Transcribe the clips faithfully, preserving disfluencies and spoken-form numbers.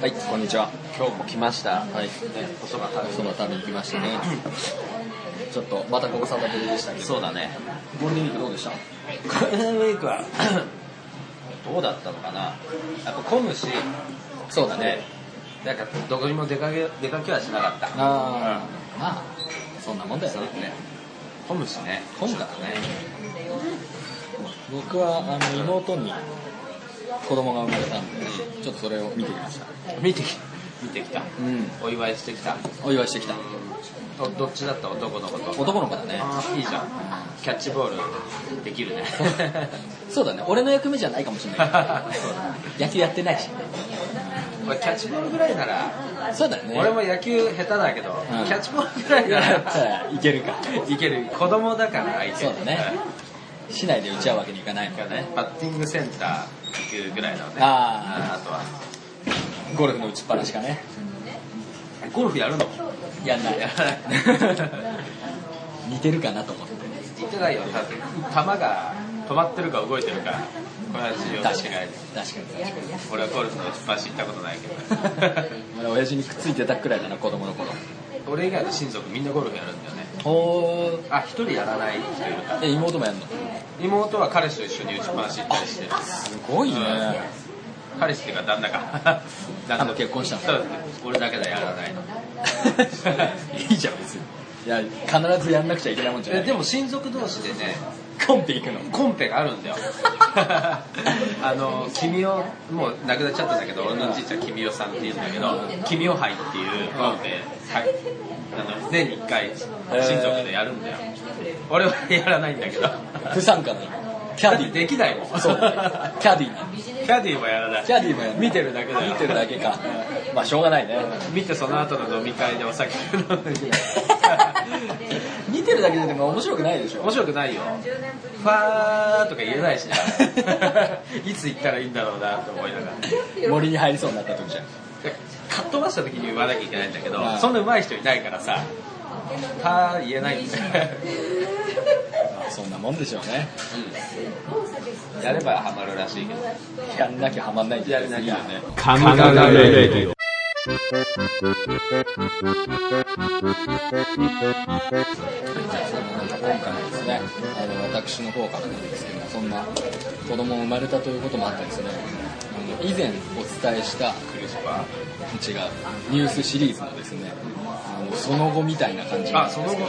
はい、こんにちは。 今日も来ました。 はい、 細田旅。 その旅に来ましたね。ちょっとまたご無沙汰ぶりでしたけど。 そうだね。 ゴールデンウィークどうでした？ ゴールデンウィークはどうだったのかな。やっぱ混むし。 そうだね。 なんかどこにも出かけ出かけはしなかった。 ああ、うん、まあそんなもんだよね。 混むしね。 混むからね。僕はあの妹に子供が生まれたんで、ちょっとそれを見てきました。 見てき見てきた。 うん。 お祝いしてきた。 お祝いしてきた。 ど, どっちだった？男の子と。 男の子だね。 ああ、いいじゃん。キャッチボールできるね。 そうだね。俺の役目じゃないかもしれない。野球やってないし。 キャッチボールぐらいなら。 そうだよね。 俺も野球下手だけど、うん、キャッチボールぐらいならいけるか。 いける。子供だから相手。 そうだね。市内で打ち合うわけにいかないからね。 バッティングセンター行くぐらいのね。 ああ。 あとはゴルフの打ちっぱなしかね。 ゴルフやるの？ やんない。似てるかなと思って。 似てないよ。だって球が止まってるか動いてるか。これは重要な違い。 確かに確かに。 俺はゴルフの打ちっぱなし行ったことないけど。 俺親父にくっついてたくらいだな、子供の頃。 俺以外の親族みんなゴルフやるんだよね。 おー。 あ、一人やらない人いるから。 え、妹もやるの？ 妹は彼氏と一緒に打ちっぱなし行ったりしてる。 すごいね。 うん、彼氏っていうか旦那か。 旦那結婚したの？ そうですね。俺だけでやらないの。 いいじゃん別に。いや、必ずやんなくちゃいけないもんじゃない。 でも親族同士でね、 コンペ行くの？ コンペがあるんだよ。あの君をもう亡くなっちゃったんだけど、俺のじいちゃん君代さんっていうんだけど、君代杯っていうコンペ、はい、あの年にいっかい親族でやるんだよ。俺はやらないんだけど。 不参加なの。キャディできないもん。 そう。キャディなの。 キャディもやらない。 キャディもやらない。 見てるだけだよ。 見てるだけか。まあしょうがないね。 見てその後の飲み会でお酒飲んで。 見てるだけでも面白くないでしょ。 面白くないよ。ファーとか言えないしな。いつ行ったらいいんだろうなと思いながら。 森に入りそうになった時じゃん。 かっ飛ばした時に言わなきゃいけないんだけど、そんな上手い人いないからさ、ファー言えないんだよ。 そんなもんでしょうね。 うん、やればハマるらしいけど。 やんなきゃハマんないんじゃないですか。いいよね。 神々レディオ。 今回ですね、あの私の方からなんですけど、そんな子供生まれたということもあってですね、あの以前お伝えしたクリスパー違うニュースシリーズのですね、あのその後みたいな感じ。 あ、その後。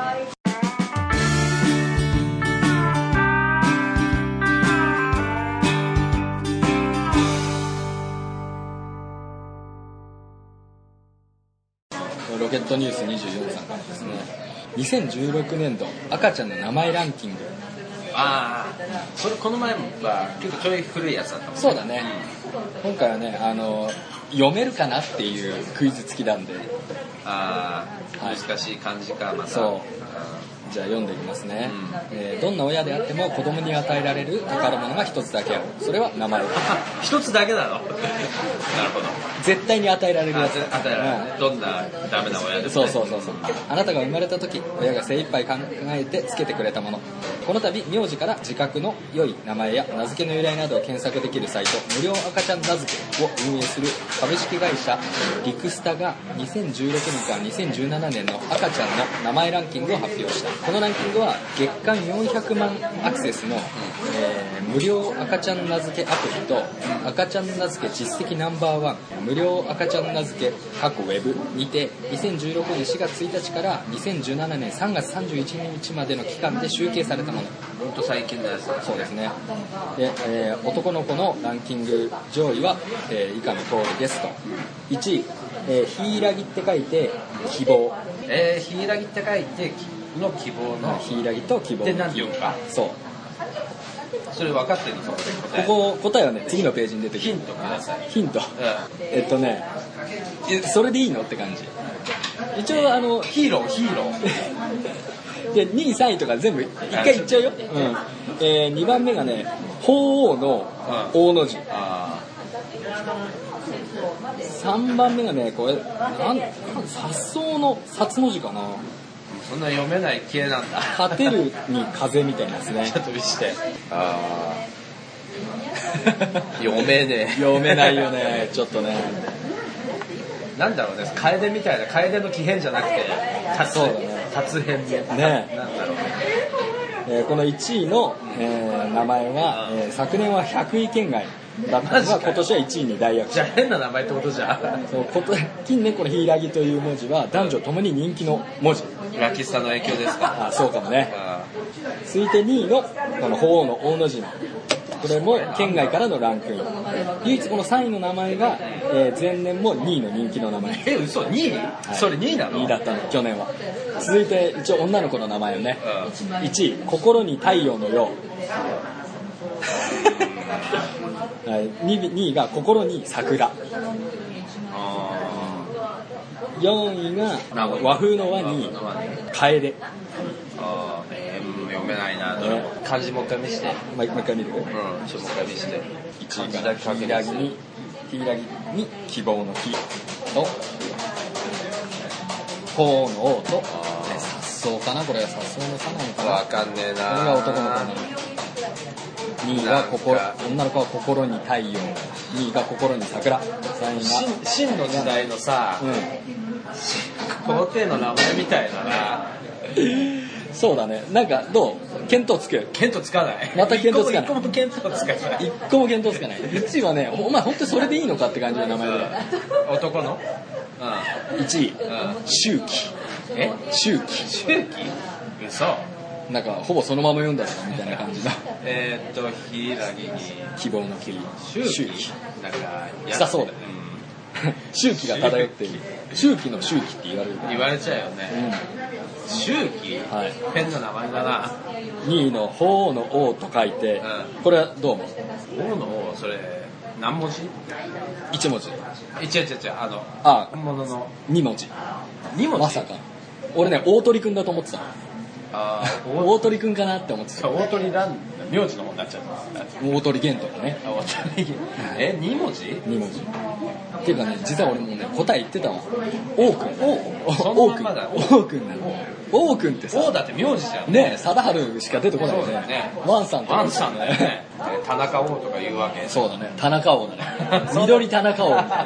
ロケットニュースにじゅうよんさんからですね、にせんじゅうろくねんど赤ちゃんの名前ランキング。 ああ、それこの前は結構ちょい古いやつだったもんね。 そうだね。今回はね、あの読めるかなっていうクイズ付きなんで。 ああ、 はい、 難しい漢字かまた。 そう。じゃあ読んでいきますね、うん、えー、どんな親であっても子供に与えられる宝物が一つだけある。それは名前。 一つだけなの？なるほど。 絶対に与えられるやつ。 与えられる、ね、どんなダメな親でも、ね、 そうそうそうそう。あなたが生まれた時、親が精一杯考えてつけてくれたもの。この度名字から自覚の良い名前や名付けの由来などを検索できるサイト無料赤ちゃん名付けを運営する株式会社リクスタがにせんじゅうろくねんからにせんじゅうななねんの赤ちゃんの名前ランキングを発表した。このランキングは月間よんひゃくまんアクセスの、えー、無料赤ちゃん名付けアプリと赤ちゃん名付け実績ナンバーワン無料赤ちゃん名付け過去ウェブにてにせんじゅうろくねんしがつついたちからにせんじゅうななねんさんがつさんじゅういちにちまでの期間で集計されたもの。 ほんと最近のやつだね。 そうですね。で、えー、男の子のランキング上位は、えー、以下の通りですと。いちい、えー、ヒイラギって書いて希望。 えー、ヒイラギって書いての希望のヒイラギと希望で何て読むか。 そう。 それ分かってるの？そこで答え。 ここ答えはね、次のページに出てくる。 ヒントください。 ヒント。 うん、 えっとね、それでいいのって感じ。一応あのヒーローヒーローでにいさんいとか全部一回言っちゃうよ。うん。えー、にばんめがね、鳳凰の大の字。うん、あさんばんめがね、これなんさっそうの薩の字かな。 そんな読めない系なんだ。 勝てるに風みたいなですね。 ちょっと見して。ああ。読めねえ。 読めないよね。ちょっとね。 なんだろうね、楓みたいな、楓の木偏じゃなくて達そうだね達偏ね。 ねなんだろうね。 えーこのいちいの、えー名前は、えー昨年はひゃくい圏外だったのがマジかよ今年はいちいに大躍進。 じゃあ変な名前ってことじゃん。 そうこと近年この柊という文字は男女ともに人気の文字。 ラキスタの影響ですか。 あそうかもね。 あ続いてにいのこの鳳凰の大の字のこれも県外からのランクイン。唯一このさんいの名前が、えー前年もにいの人気の名前。 え、嘘にい、 はいそれにいなの。 にいだったの去年は。続いて一応女の子の名前をね、いちい心に太陽のようはい、にいが心に桜、 あよんいが和風の和に楓。 あー、えー、読めないな。どれも漢字もう一回見して。 もう一回見る。 うん、ちょっともう一回見して。 いちいが柊に柊に希望の希と鳳の王と颯爽かな、これは颯爽の差なのかな。 わかんねえな。 これが男の子なの。にいが心、女の子は心に太陽、にいが心に桜、さんいが秦秦の時代のさ、 うん皇帝の名前みたいだな。 そうだね。なんかどう見当つく？ 見当つかない。 また見当つかない一個も見当つかない。 一個も見当つかない。いちいはね、お前本当にそれでいいのかって感じの名前で。 男の？うん。 いちい、 うん。 周期。 え？ 周期。 周期？嘘。 なんかほぼそのまま読んだらみたいな感じのえー、っと柊に希望の希。 周期。なんかしたそうだよ。周期が漂っている。周期の周期って言われる。 言われちゃうよね。周期？ はい。 変な名前だな。 にいの鳳凰の王と書いて、 うんこれはどう思う？ 王の王、それ何文字？ いち文字。 違う違う違う、あのあ本物のに文字。 に文字。 まさか。俺ね、大鳥くんだと思ってた。 あー、 大鳥くんかなって思ってた。 大鳥なん名字の方になっちゃった。 大鳥玄とかね。 あ、大鳥。え、に文字？ に文字。っていうかね、実は俺もね、答え言ってたわ。王くん。 そ王くん。 のまんまだ。 王くんなの。王くんってさ、 王だって名字じゃん。 ね、貞治しか出てこないよねそうだね。 ワンさんとかワンさんだよね。田中王とか言うわけ。 そうだね。田中王だね。緑田中王みたいな。だ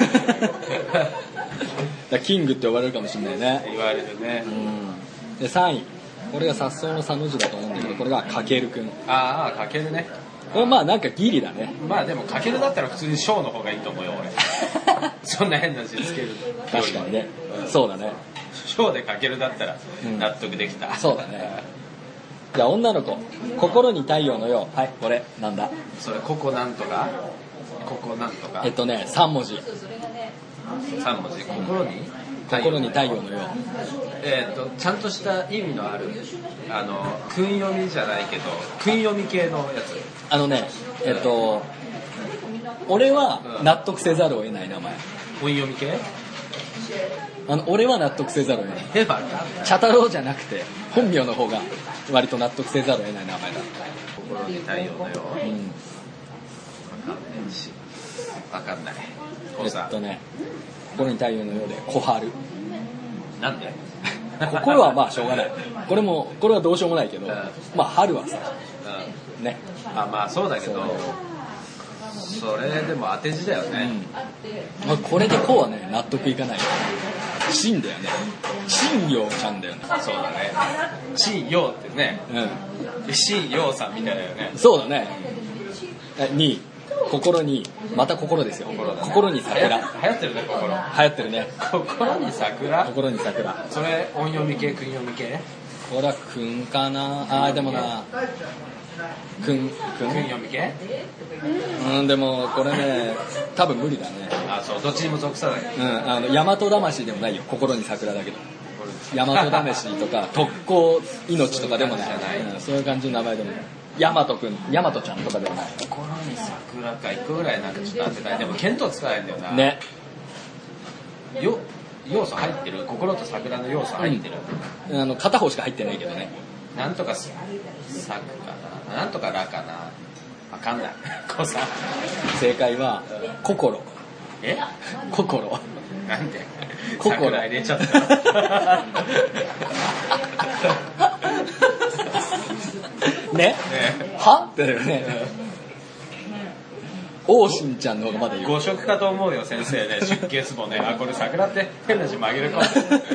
からキングって呼ばれるかもしれないね。 言われるね。 うん。で、さんい。これが颯爽のさの字だと思うんだけど、これがかけるくん。 ああ、かけるね。 これまあなんかギリだね。 まあでもかけるだったら普通に小の方がいいと思うよ俺。そんな変な字つける。 確かにね。そうだね。 小でかけるだったら納得できた。 そうだね。じゃあ女の子。心に太陽のよう。はい、これ、なんだ。 それここなんとかここなんとかえっとね、さん文字。 さん文字。心に心に太陽のよう。 えー、とちゃんとした意味のあるあの訓読みじゃないけど訓読み系のやつ。 あのね、えっと、俺は納得せざるを得ない名前。 音読み系？ あの、俺は納得せざるを得ない。 えば茶太郎じゃなくて、本名の方が割と納得せざるを得ない名前だ。 心に太陽のよう。 うん。 わかんないしわかんない。 えっとね、心に太陽のようで小春。 なんで？ 心はまあしょうがない。これも、これはどうしようもないけど、まあ春はさ、 うん、 ね。 あ、まあそうだけどそれでも当て字だよね。 うん。まあ、これでこうはね、納得いかない。真だよね。真陽ちゃんだよね。 そうだね。陳陽ってね、 う陳陽さんみたいだよね。 ん。そうだね。に、心に、また心ですよ。 心だね。 心に桜。 流行ってるね、心。 流行ってるね。 心に桜？ 心に桜。 それ音読み系、訓読み系？ これはくんかなあーでもなくん、く訓ん読み系？ うん、でもこれね、多分無理だね。 あ、そう、どっちにも属さない。 うん、あの、大和魂でもないよ。心に桜だけど。大和魂とか、特攻命とかでもない。 そういう感じじゃないうん、そういう感じの名前でもない。大和くん、大和ちゃんとかでもない。 心に桜か、一個ぐらいなんかちょっと当てたい。でも見当つかないんだよな。 ね。 よ、要素入ってる？心と桜の要素入ってる？ あの、片方しか入ってないけどね。 なんとかさ、さくかな。なんとからかな。わかんない。こうさ。 正解は、心。 え？ 心。 なんで？ 心桜入れちゃった。 ねねはってだよね。 王神ちゃんの方がまだいる。 誤色かと思うよ先生ね。出血簿ね。あ、これ桜って変な字紛れ込む。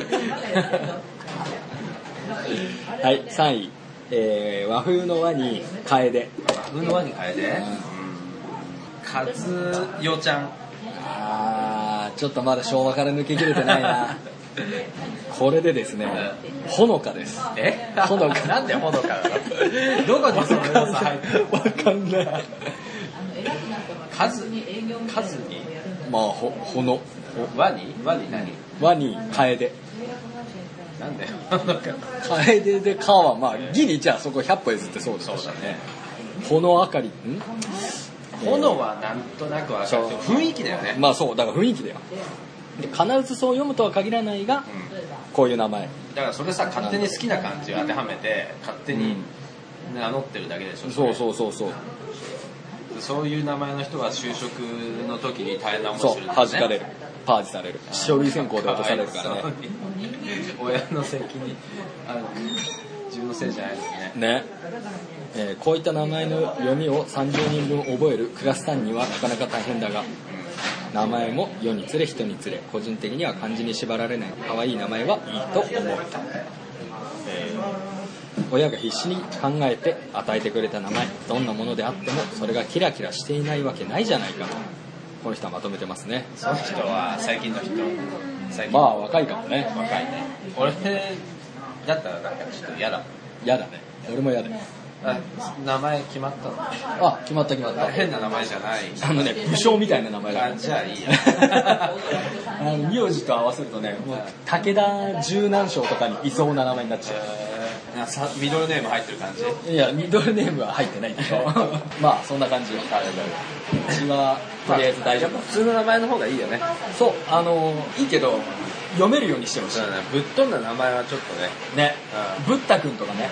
はい、さんい、えー、和風の和に楓。 和風の和に楓、うん、和代ちゃん。 あー、ちょっとまだ昭和から抜けきれてないな。これでですね、ほのかです。 え？ ほのか。 なんでほのかなの？どこにその要素入ってる？ わかんない。 数に数にまあほほの和に和に何？ 和に楓。 なんだよ。ほのか。 楓でかはまあギリじゃあそこひゃっぽ譲ってそうです。 そうだね。 ほのあかり。ん？ 炎はなんとなく分かる。雰囲気だよね。 まあそうだから雰囲気だよ。で必ずそう読むとは限らないが、うん、こういう名前だからそれさ勝手に好きな漢字を当てはめて勝手に名乗ってるだけでしょ、うん、 そうそうそうそうそういう名前の人は就職の時に大変な思いするんだね。 そう弾かれるパージされる書類選考で落とされるからね。 親の責任ある自分のせいじゃないですね。 ね、えー、こういった名前の読みをさんじゅうにんぶん覚えるクラス担任はなかなか大変だが、名前も世につれ人につれ個人的には漢字に縛られない可愛い名前はいいと思う、えー、親が必死に考えて与えてくれた名前どんなものであってもそれがキラキラしていないわけないじゃないかとこの人はまとめてますね。 その人は最近の人最近まあ若いかもね。 若いね。俺だったらなんかちょっと嫌だ嫌だね。俺も嫌だよ。 あ、名前決まったの？ あ、決まった決まった。 変な名前じゃない。 あのね、武将みたいな名前だ。 あ、じゃあいいや。 あの名字と合わせるとね、もう武田十何将とかにいそうな名前になっちゃう。 えー、さミドルネーム入ってる感じ？ いや、ミドルネームは入ってないけど。まあそんな感じよ。うちはとりあえず大丈夫。 まあ、普通の名前の方がいいよね。 そう、あのいいけど読めるようにしてほしい。 そうだね。ぶっ飛んだ名前はちょっとね。 ね。うん、ブッダ君とかね。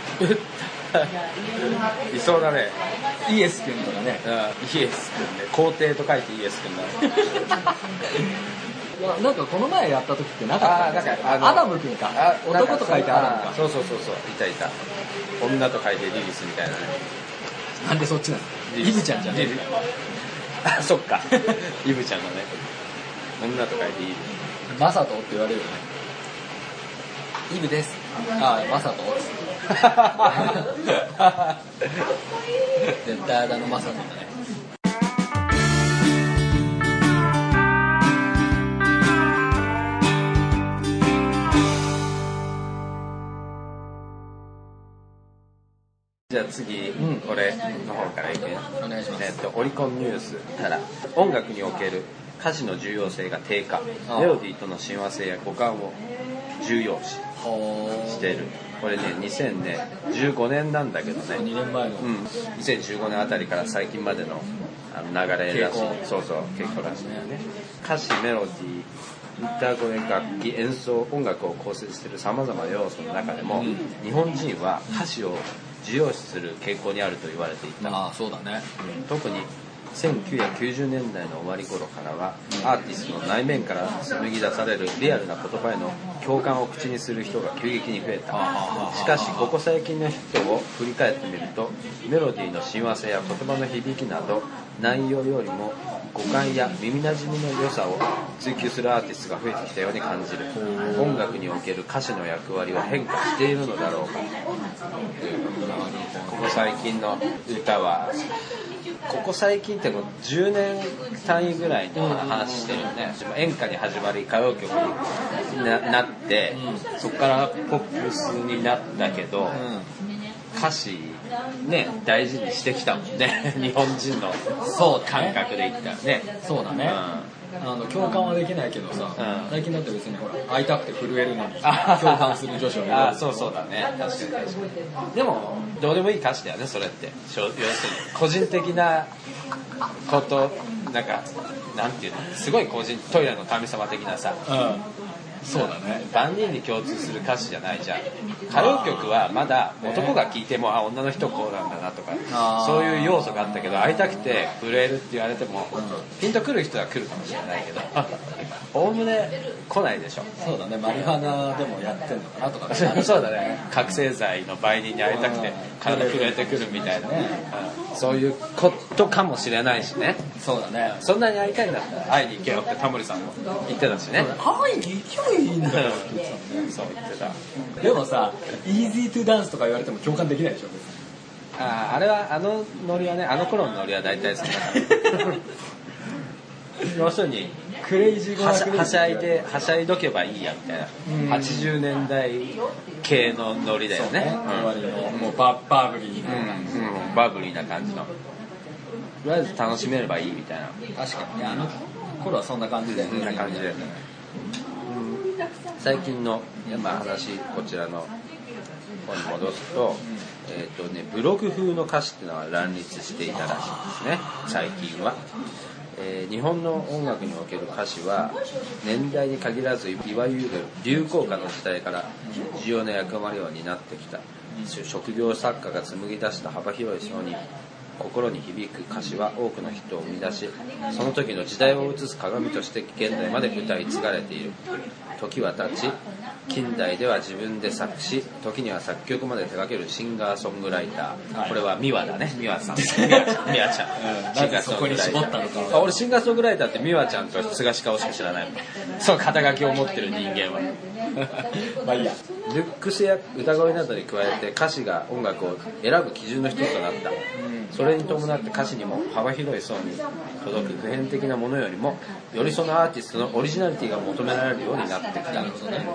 いそうだね。 イエス君とかね。 うん、イエス君ね。皇帝と書いてイエス君だね。 なんかこの前やった時ってなかったんですか？アダム君か。男と書いてアダムか。 そうそうそうそう。いたいた。女と書いてリリスみたいなね。 なんでそっちなの？イブちゃんじゃねえか。あ、そっか。イブちゃんのね。女と書いてイブ。 マサトって言われるよね。イブです。ああ、マサト。絶対あだのマサトだね。 じゃあ次、うん、これの方からいくね。 お願いします。 えっと、オリコンニュースから音楽における歌詞の重要性が低下、メロディーとの親和性や五感を重要視している。これねにせんじゅうごねんなんだけどね。 にねんまえの、 うん、にせんじゅうごねんあたりから最近までの、あの流れらしい。そうそう傾向らしいね。歌詞、メロディー、歌声、楽器、演奏、音楽を構成しているさまざまな要素の中でも、うん、日本人は歌詞を重要視する傾向にあると言われていた。 ああ、そうだね。 うん、特にせんきゅうひゃくきゅうじゅうねんだいの終わり頃からは、アーティストの内面から紡ぎ出されるリアルな言葉への共感を口にする人が急激に増えた。しかしここ最近のヒットを振り返ってみると、メロディーの親和性や言葉の響きなど内容よりも五感や耳なじみの良さを追求するアーティストが増えてきたように感じる。音楽における歌詞の役割は変化しているのだろうか。ここ最近の歌は、ここ最近ってもうじゅうねん単位ぐらいの話してるよね。演歌に始まり歌謡曲に な, なって、うん、そこからポップスになったけど、うん、歌詞ね大事にしてきたもんね。日本人の感覚で言ったらね。 そうだね。うん、あの共感はできないけどさ、うん、最近だって別にほら会いたくて震えるのに共感する女子はいる。 あ、そうそうだね。確かに確かに。でもどうでもいい歌詞だよね、それって。要するに個人的なこと、なんかなんていうの、すごい個人、トイレの神様的なさ。うん、そうだね。万人に共通する歌詞じゃないじゃん。歌謡曲はまだ男が聴いても、あ、女の人こうなんだなとか、そういう要素があったけど、会いたくて震えるって言われても、ピンとくる人は来るかもしれないけど、 おおむね来ないでしょ。 そうだね、マリファナでもやってんのかなとか、 ね、そうだね、覚醒剤の売人に会いたくて体震えてくるみたいなね、うん、そういうことかもしれないしね。 そうだね、 そんなに会いたいんだったら会いに行けよってタモリさんも言ってたしね。 会いに行けばいいんだよって言ってたね。 そう言ってた。 でもさ、イージートゥダンスとか言われても共感できないでしょ。 ああ、あれはあのノリはね、あの頃のノリは大体そうだから要するにクレイジーゴはナクレイジーはしゃいではしゃいどけばいいやみたいな、 うん、 はちじゅうねんだい系のノリだよね。 終わりのもうババブリーな、 うんうん、バブリーな感じの、とりあえず楽しめればいいみたいな。 確かにね、あの頃はそんな感じで、 そんな感じだよね。最近の、まあ、話こちらの方に戻すと、えーとね、ブログ風の歌詞っていうのは乱立していたらしいですね、最近は。えー、日本の音楽における歌詞は年代に限らず、いわゆる流行歌の時代から重要な役割を担ってきた。職業作家が紡ぎ出した幅広い層に心に響く歌詞は多くの人を生み出し、その時の時代を映す鏡として現代まで歌い継がれている。時は経ち、近代では自分で作詞、時には作曲まで手掛けるシンガーソングライター、はい、これはミワだね、ミワさん、ミワちゃん、ミワちゃん、 うん、シンガーソングライター。そこに絞ったのか。 俺シンガーソングライターってミワちゃんと菅氏顔しか知らないもん。そう肩書きを持ってる人間はまあいいや。 ルックスや歌声などに加えて歌詞が音楽を選ぶ基準の一つとなった、うん、それに伴って歌詞にも幅広い層に届く普遍的なものよりもよりそのアーティストのオリジナリティが求められるようになってきた。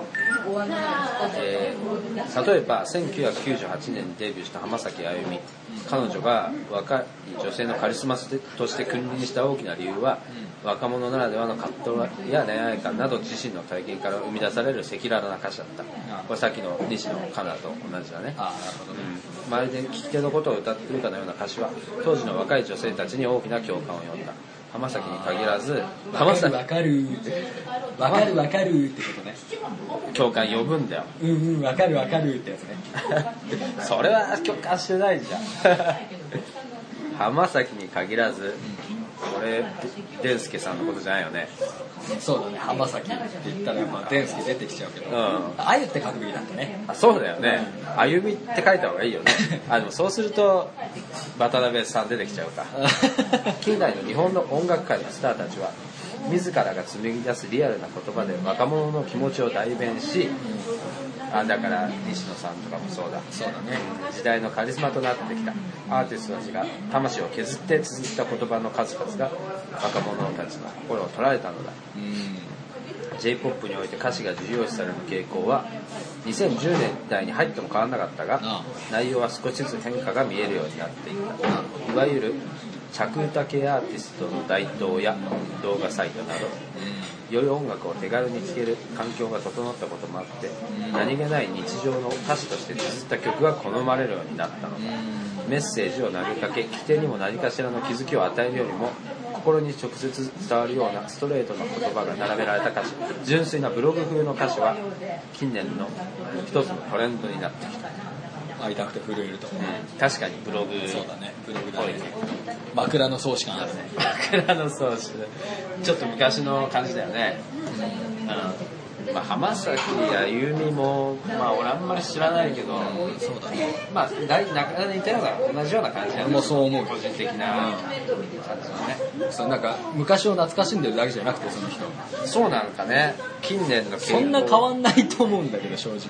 えー、例えばせんきゅうひゃくきゅうじゅうはちねんにデビューした浜崎あゆみ、彼女が若い女性のカリスマとして君臨した大きな理由は、若者ならではの葛藤や恋愛観など自身の体験から生み出される赤裸々な歌詞だった。これさっきの西野カナと同じだね。 あ、なるほどね。 うん、まるで聞き手のことを歌っているかのような歌詞は当時の若い女性たちに大きな共感を呼んだ。浜崎に限らず、浜崎わかるわかるわかるってことね。 共感呼ぶんだよ。 うんうん、わかるわかるってやつね。 それは共感してないじゃん。浜崎に限らず、これデンスケさんのことじゃないよね。 そうだね、浜崎って言ったらやっぱデンスケ出てきちゃうけど、うん、あゆって書くべきだったね。 あ、そうだよね、あゆみって書いた方がいいよね。あ、でもそうすると渡辺さん出てきちゃうか。近代の日本の音楽界のスターたちは自らが紡ぎ出すリアルな言葉で若者の気持ちを代弁し、あ、だから西野さんとかもそうだ、 そうだね、 時代のカリスマとなってきたアーティストたちが魂を削って綴った言葉の数々が若者たちの心を捉えたのだ。うん、 J-ポップ において歌詞が重要視される傾向はにせんじゅうねんだいに入っても変わらなかったが、内容は少しずつ変化が見えるようになっていった。いわゆる着歌系アーティストの台頭や動画サイトなど、より音楽を手軽に聴ける環境が整ったこともあって、何気ない日常の歌詞として綴った曲が好まれるようになったのだ。メッセージを投げかけ、聴き手にも何かしらの気づきを与えるよりも心に直接伝わるようなストレートな言葉が並べられた歌詞、純粋なブログ風の歌詞は近年の一つのトレンドになってきた。 会いたくて震えると、うん、 確かにブログ、 そうだね、ブログだね。枕草子感あるね。 枕草子、ちょっと昔の感じだよね。うん、まあ、浜崎あゆみも、まあ俺あんまり知らないけど、 うん、そうだね。 まあ大なかなか似てるのが同じような感じだよね。 もうそう思う。 個人的な感じのね。 そう、なんか昔を懐かしんでるだけじゃなくて、その人。 そうなんかね。近年のそんな変わんないと思うんだけど、正直。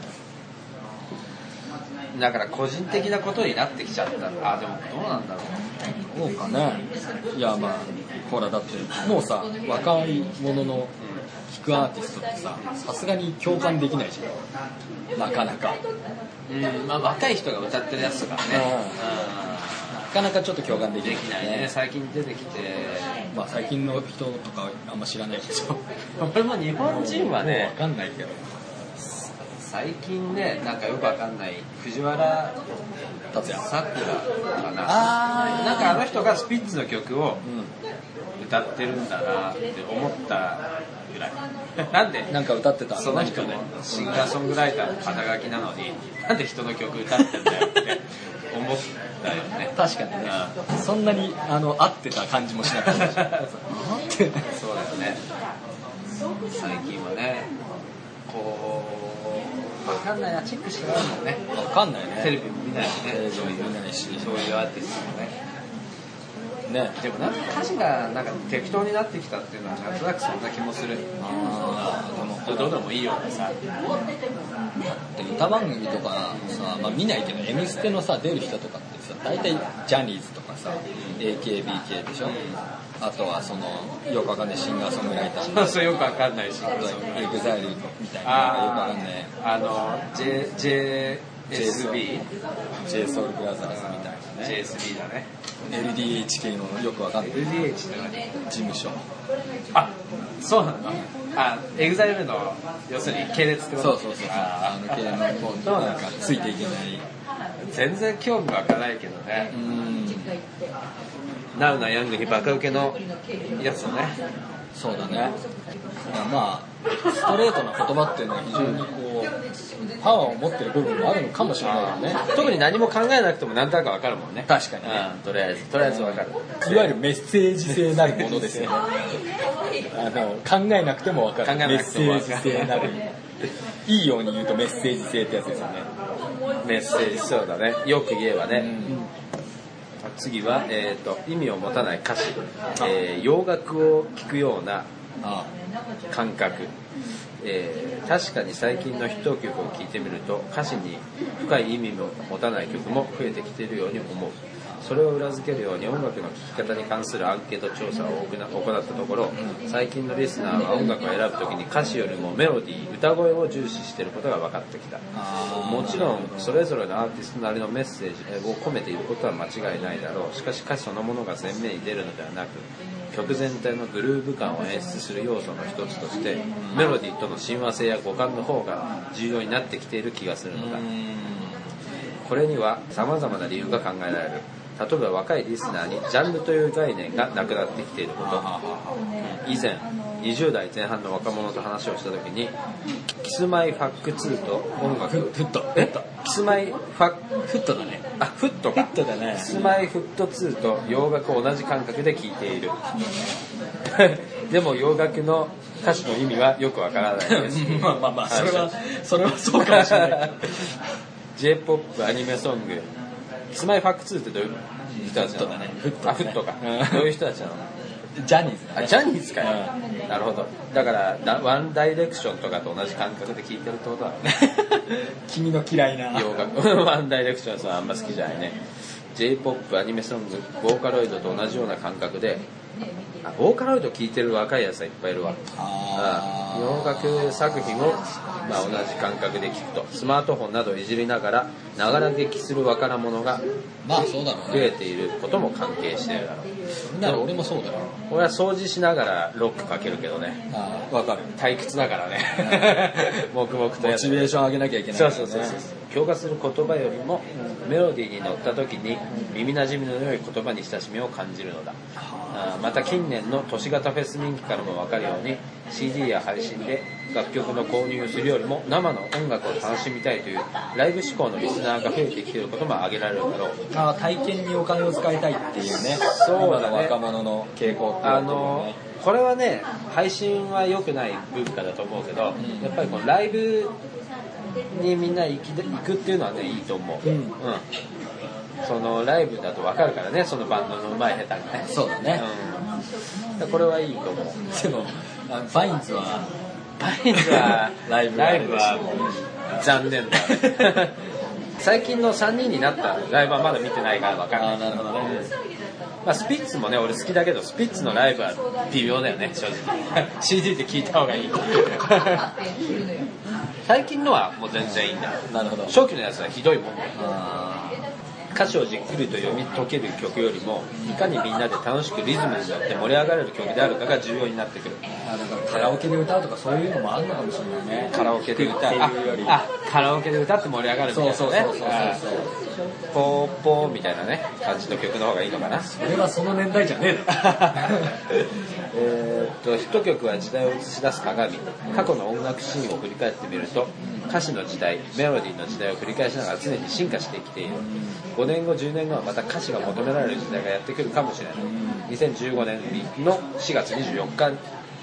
だから個人的なことになってきちゃった。あ、でもどうなんだろう。 そうかね。いや、まあほらだってもうさ、若い者の聴くアーティストってさ、さすがに共感できないじゃん。なかなか。 うん、まあ若い人が歌ってるやつとかね。うん、 なかなかちょっと共感できない、 できないね。最近出てきて、 まあ最近の人とかあんま知らないけど。 俺も日本人はね、 わかんないけど。 最近ね、なんかよくわかんない藤原達也さくらかな、あなんかあの人がスピッツの曲を歌ってるんだなって思ったぐらい。なんでなんか歌ってたその人ね、シンガーソングライターの肩書きなのになんで人の曲歌ってんだよって思ったよね。 確かにね、うん、そんなにあの合ってた感じもしなかったしそうだよね。 最近はねこう分かんないな、チェックしてないもんね。 分かんないね、 テレビも見ないしね、 テレビも見ないし、 そういうアーティストもね。 ね、 でもなんか歌詞がなんか適当になってきたっていうのはなんとなくそんな気もする。 あでもどうでもいいようなさ。 で歌番組とかさ、まあ、見ないけど「M ステ」のさ出る人とかってさ大体ジャニーズとかさ エーケービーケー でしょ、うん、あとはそのよくわかんないシンガーソングライターそうそう、よくわかんないし、 あとはエグザイルみたいなよくわかんないあの J、J、JSB J ソウルブラザーズみたいなねジェイエスビー だね。 エルディーエイチ 系のよくわかんないエルディーエイチ って何？ 事務所。 あ、そうなんだ。あ、エグザイルの要するに系列ってこと？ そうそうそうそう、あの系のもうなんかついていけない。 全然興味湧かないけどね。 うん、 ナウなヤングにバカ受けのやつだね。 そうだね。まあストレートな言葉っていうのは非常にこうパワーを持ってる部分もあるのかもしれないよね。 特に何も考えなくても何となく分かるもんね。 確かにね、 うん、とりあえずとりあえず分かる。 いわゆるメッセージ性なるものですよね。あの考えなくても分かる。 考えなくても分かる。 メッセージ性なる。いいように言うとメッセージ性ってやつですよね。 メッセージ、そうだね。よく言えばね。うん、次は、えーと、意味を持たない歌詞、えー、洋楽を聴くような感覚、えー、確かに最近のヒット曲を聴いてみると歌詞に深い意味を持たない曲も増えてきているように思う。それを裏付けるように音楽の聴き方に関するアンケート調査を行ったところ、最近のリスナーは音楽を選ぶときに歌詞よりもメロディー、歌声を重視していることが分かってきた。もちろんそれぞれのアーティストなりのメッセージを込めていることは間違いないだろう。しかし歌詞そのものが前面に出るのではなく、曲全体のグルーヴ感を演出する要素の一つとしてメロディーとの親和性や五感の方が重要になってきている気がするのだ。これには様々な理由が考えられる。例えば若いリスナーにジャンルという概念がなくなってきていること。以前にじゅう代前半の若者と話をした時にキスマイファックツーと音楽フットえキスマイファフットだね。 あフットかフットだね。 キスマイフットツーと洋楽を同じ感覚で聴いている。でも洋楽の歌詞の意味はよくわからないです。 まあまあまあそれはそれはそうかもしれない。 J-ポップ アニメソングキスマイファックツーってどういう人たちなの？ フットだね。 あフットか。どういう人たちなの？ ジャニーズだね。 あジャニーズかよ。なるほど。だからワンダイレクションとかと同じ感覚で聴いてるってことだね。 君の嫌いな洋楽ワンダイレクションさんあんま好きじゃないね。 J-ポップ アニメソングボーカロイドと同じような感覚で、あボーカロイド聴いてる若いやつはいっぱいいるわ。あ洋楽作品を、まあ、同じ感覚で聴くとスマートフォンなどいじりながらながら聞きする若者がまあそうだろうね。 増えていることも関係しているだろう。 それなら俺もそうだよ。 俺は掃除しながらロックかけるけどね。 ああ分かる。 退屈だからね。黙々とやってモチベーション上げなきゃいけない、 ね、そうそうそうそう。強化する言葉よりもメロディーに乗った時に耳なじみの良い言葉に親しみを感じるのだ。あまた近年の都市型フェス人気からも分かるように シーディー や配信で楽曲の購入をするよりも生の音楽を楽しみたいというライブ志向のリスナーが増えてきていることも挙げられるだろう。 あ体験にお金を使いたいっていうね。 そうだね。 今の若者の傾向っていう、ね、 あのこれはね配信は良くない文化だと思うけど、うん、やっぱりこのライブにみんな行き行くっていうのはねいいと思う。うん、うん、そのライブだと分かるからね、そのバンドの上手い下手がね。 そうだね、 うん、これはいいと思う。 でもバインズはバインズはライブライブはもう残念だ。最近のさんにんになったライブはまだ見てないから分かんない。 あなるほどね。 まあ、スピッツもね俺好きだけどスピッツのライブは微妙だよね正直。シーディー で聴いた方がいい。最近のはもう全然いいんだ。 なるほど。 初期のやつはひどいもんね。 あ歌詞をじっくりと読み解ける曲よりもいかにみんなで楽しくリズムに乗って盛り上がれる曲であるかが重要になってくる。 あだからカラオケで歌うとかそういうのもあるのかもしれないね。 カラオケで歌うああカラオケで歌って盛り上がるみたいなね。 そうそうそうそうそうポーポーみたいなね感じの曲の方がいいのかな。 それはその年代じゃねえだろ。 えーっとヒット曲は時代を映し出す鏡。過去の音楽シーンを振り返ってみると歌詞の時代メロディーの時代を繰り返しながら常に進化してきている。ごねんごじゅうねんごはまた歌詞が求められる時代がやってくるかもしれない。にせんじゅうごねんのしがつにじゅうよっか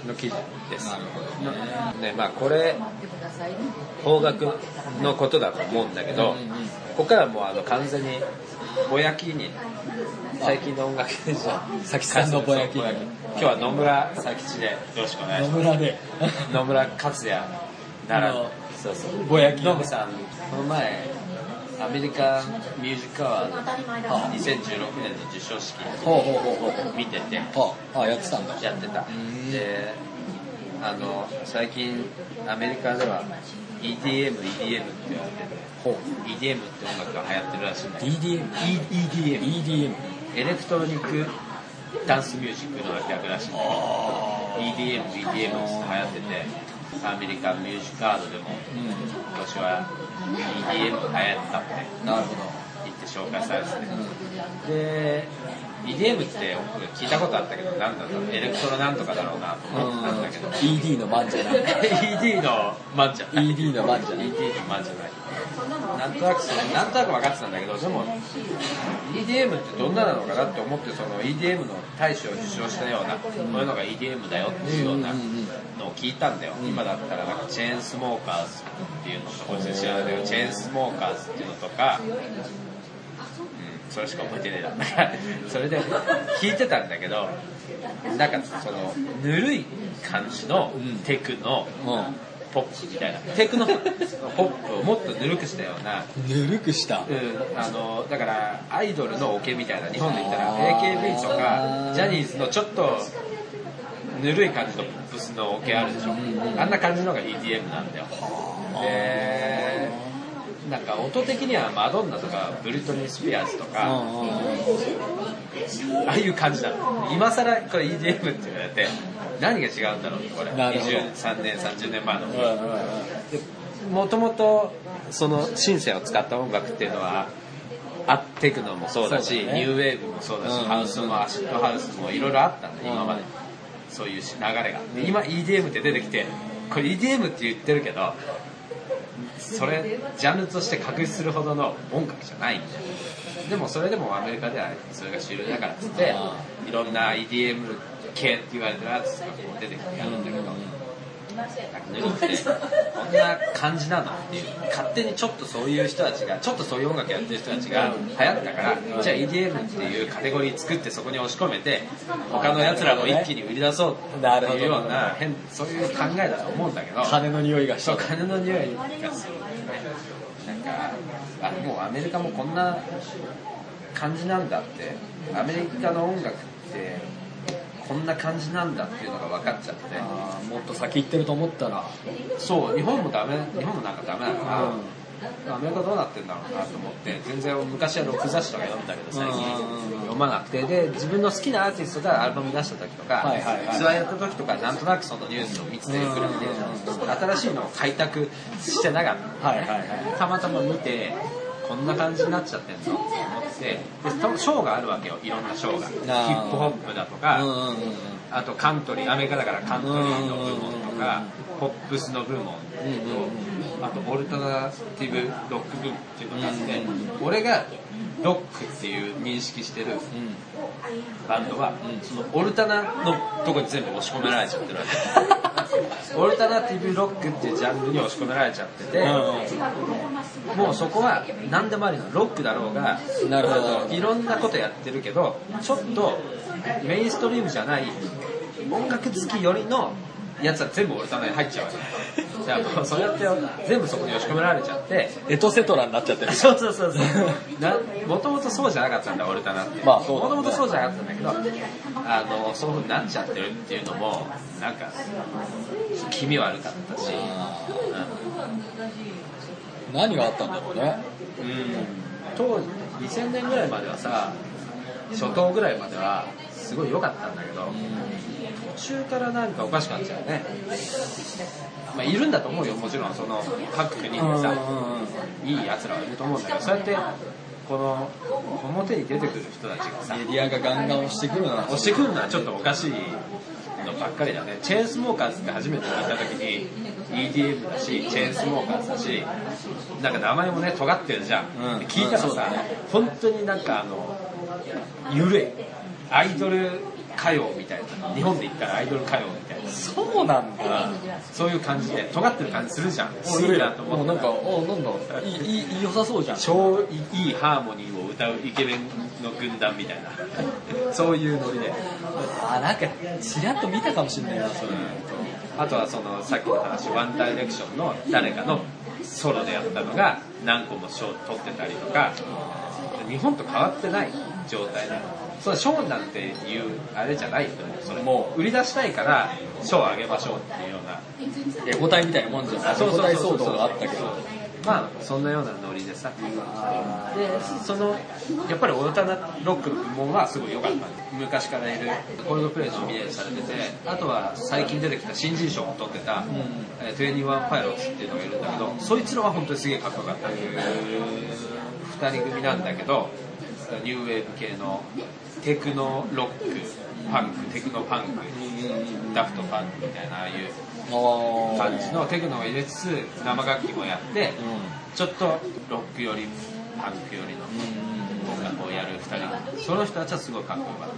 の記事です。 なるほどね。 ね、まあこれ邦楽のことだと思うんだけど、 うんうんうん、 ここからはもうあの完全にぼやきに最近の音楽でじゃさきさんのぼやき。 今日は野村佐吉でよろしくお願いします。 野村で野村克也ならそうそうぼやき野村さんこの前アメリカンミュージックアワードにせんじゅうろくねんの授賞式見てて、 ああやってたんだ。 やってた。で、あの最近アメリカでは イーディーエム、イーディーエム って言われてて、イーディーエム って音楽が流行ってるらしいんだけど、 イーディーエムイーディーエムイーディーエムエレクトロニックダンスミュージックの略らしいんだけど、 イーディーエム、イーディーエム って流行ってて、アメリカンミュージックアワードでも、うん、今年は イーディーエム 流行ったってなるほど言って紹介されてて、うん、で イーディーエム って聞いたことあったけど、なんだろう、エレクトロなんとかだろうなと思ってたんだけど、 イーディー のマンじゃないイーディー のマンじゃないイーディー のマンじゃないイーディー のマンじゃないなんとなくそのなんとなく分かってたんだけど、でも イーディーエム ってどんななのかなって思って、その イーディーエム の大賞を受賞したような、こういうのが イーディーエム だよっていうようなのを聞いたんだよ。今だったらなんかチェーンスモーカーズっていうのとか、全然知らないけどチェーンスモーカーズっていうのとか、それしか覚えてねえなそれで聞いてたんだけど、なんかそのぬるい感じのテクのポップみたいな、テクノポップをもっとぬるくしたような、 ぬるくした、 うん、あのだからアイドルのオケみたいな、日本で言ったら エーケービー とかジャニーズのちょっとぬるい感じのポップスのオケあるでしょ、あんな感じのが イーディーエム なんだよ。でなんか音的にはマドンナとかブリトニー・スピアーズとか、ああいう感じだ。今更これ イーディーエム って言われて何が違うんだろうって、これにじゅうさんねんさんじゅうねんまえのもともとそのシンセを使った音楽っていうのはあテクノもそうだし、そうだね、ニューウェーブもそうだし、うん、ハウスもアシッドハウスもいろいろあったんだ、今までそういう流れが。で今 イーディーエム って出てきて、これ イーディーエム って言ってるけど、それジャンルとして確立するほどの音楽じゃないんだよ。でもそれでもアメリカではそれが主流だからっつっていろんな イーディーエム 系って言われてるやつがこう出てきてやるんだけど、ぬるくてこんな感じなのっていう、勝手にちょっとそういう人たちがちょっとそういう音楽やってる人たちが流行ったから、じゃあ イーディーエム っていうカテゴリー作ってそこに押し込めて他のやつらも一気に売り出そうっていうような変、そういう考えだと思うんだけど、 金の匂いがした。 そう、金の匂いがする。なんかあもうアメリカもこんな感じなんだって、アメリカの音楽ってこんな感じなんだっていうのが分かっちゃって、 あもっと先行ってると思ったら、 そう日本もダメ、日本もなんかダメだから、うん、アメリカどうなってんだろうなと思って、全然昔はロック雑誌とか読んだけど最近読まなくて、で自分の好きなアーティストがアルバム出した時とか、はいはいはい、ツアーやった時とかなんとなくそのニュースを見つけてくれて、新しいのを開拓してなかった、はいはいはい、たまたま見てこんな感じになっちゃってんのと思って、でショーがあるわけよ、いろんなショーが、ヒップホップだとか、うんうんうん、あとカントリー、アメリカだからカントリーの部門とか、ポップスの部門と、あとオルタナティブロック部門っていうのがあって、俺がロックっていう認識してるバンドは、そのオルタナのとこに全部押し込められちゃってるわけオルタナティブロックっていうジャンルに押し込められちゃってて、もうそこは何でもありの、ロックだろうが、なるほど、いろんなことやってるけどちょっとメインストリームじゃない音楽好きよりのやつは全部オルタナに入っちゃうわけじゃあもうそうやって全部そこに押し込められちゃってエトセトラになっちゃってる。 そうそうそうそうもともとそうじゃなかったんだオルタナって、もともとそうじゃなかったんだけど、あのそういう風になっちゃってるっていうのもなんか気味悪かったし、うん、 何があったんだろうね。 うん当時にせんねんぐらいまではさ、初頭ぐらいまではすごい良かったんだけど、途中からなんかおかしくなっちゃうね。まあいるんだと思うよ、もちろんその各国にさいいやつらはいると思うんだけど、そうやってこの表に出てくる人たちがさ、 メディアがガンガン押してくるのは押してくるのはちょっとおかしいのばっかりだね。チェーンスモーカーズって初めて聞いた時に イーディーエム だしチェーンスモーカーズだし、なんか名前もね尖ってるじゃん、うん、聞いたらさ、うんね、本当になんかあのゆるいアイドル歌謡みたいな、日本で言ったらアイドル歌謡みたいな、 そうなんだ。 そういう感じで尖ってる感じするじゃん。 するいいなと思って、 もうなんかおなんだいいいい良さそうじゃん。 超いいハーモニーを歌うイケメンの軍団みたいなそういうノリで、 あなんかちらっと見たかもしれないなそれ。 あとはそのさっきの話、ワンダイレクションの誰かのソロでやったのが何個も賞取ってたりとか、日本と変わってない状態で、それ賞なんていうあれじゃないよ、それもう売り出したいから賞をあげましょうっていうようなエゴ体みたいなもんじゃん。エゴ体騒動があったけど、 まあそんなようなノリでさ、でそのやっぱりオルタナロックの部門はすごい良かった。昔からいるコールドプレイノミネートされてて、あとは最近出てきた新人賞を取ってた、うんえー、トゥエンティワンパイロッツっていうのがいるんだけど、そいつらは本当にすげえかっこよかった。ふたり組なんだけど、ニューウェーブ系のテクノロックパンク、テクノパンク、ダフトパンクみたいなああいう感じのテクノを入れつつ生楽器もやって、ちょっとロックよりパンクよりの音楽をやるふたり、その人たちはすごいかっこよかった。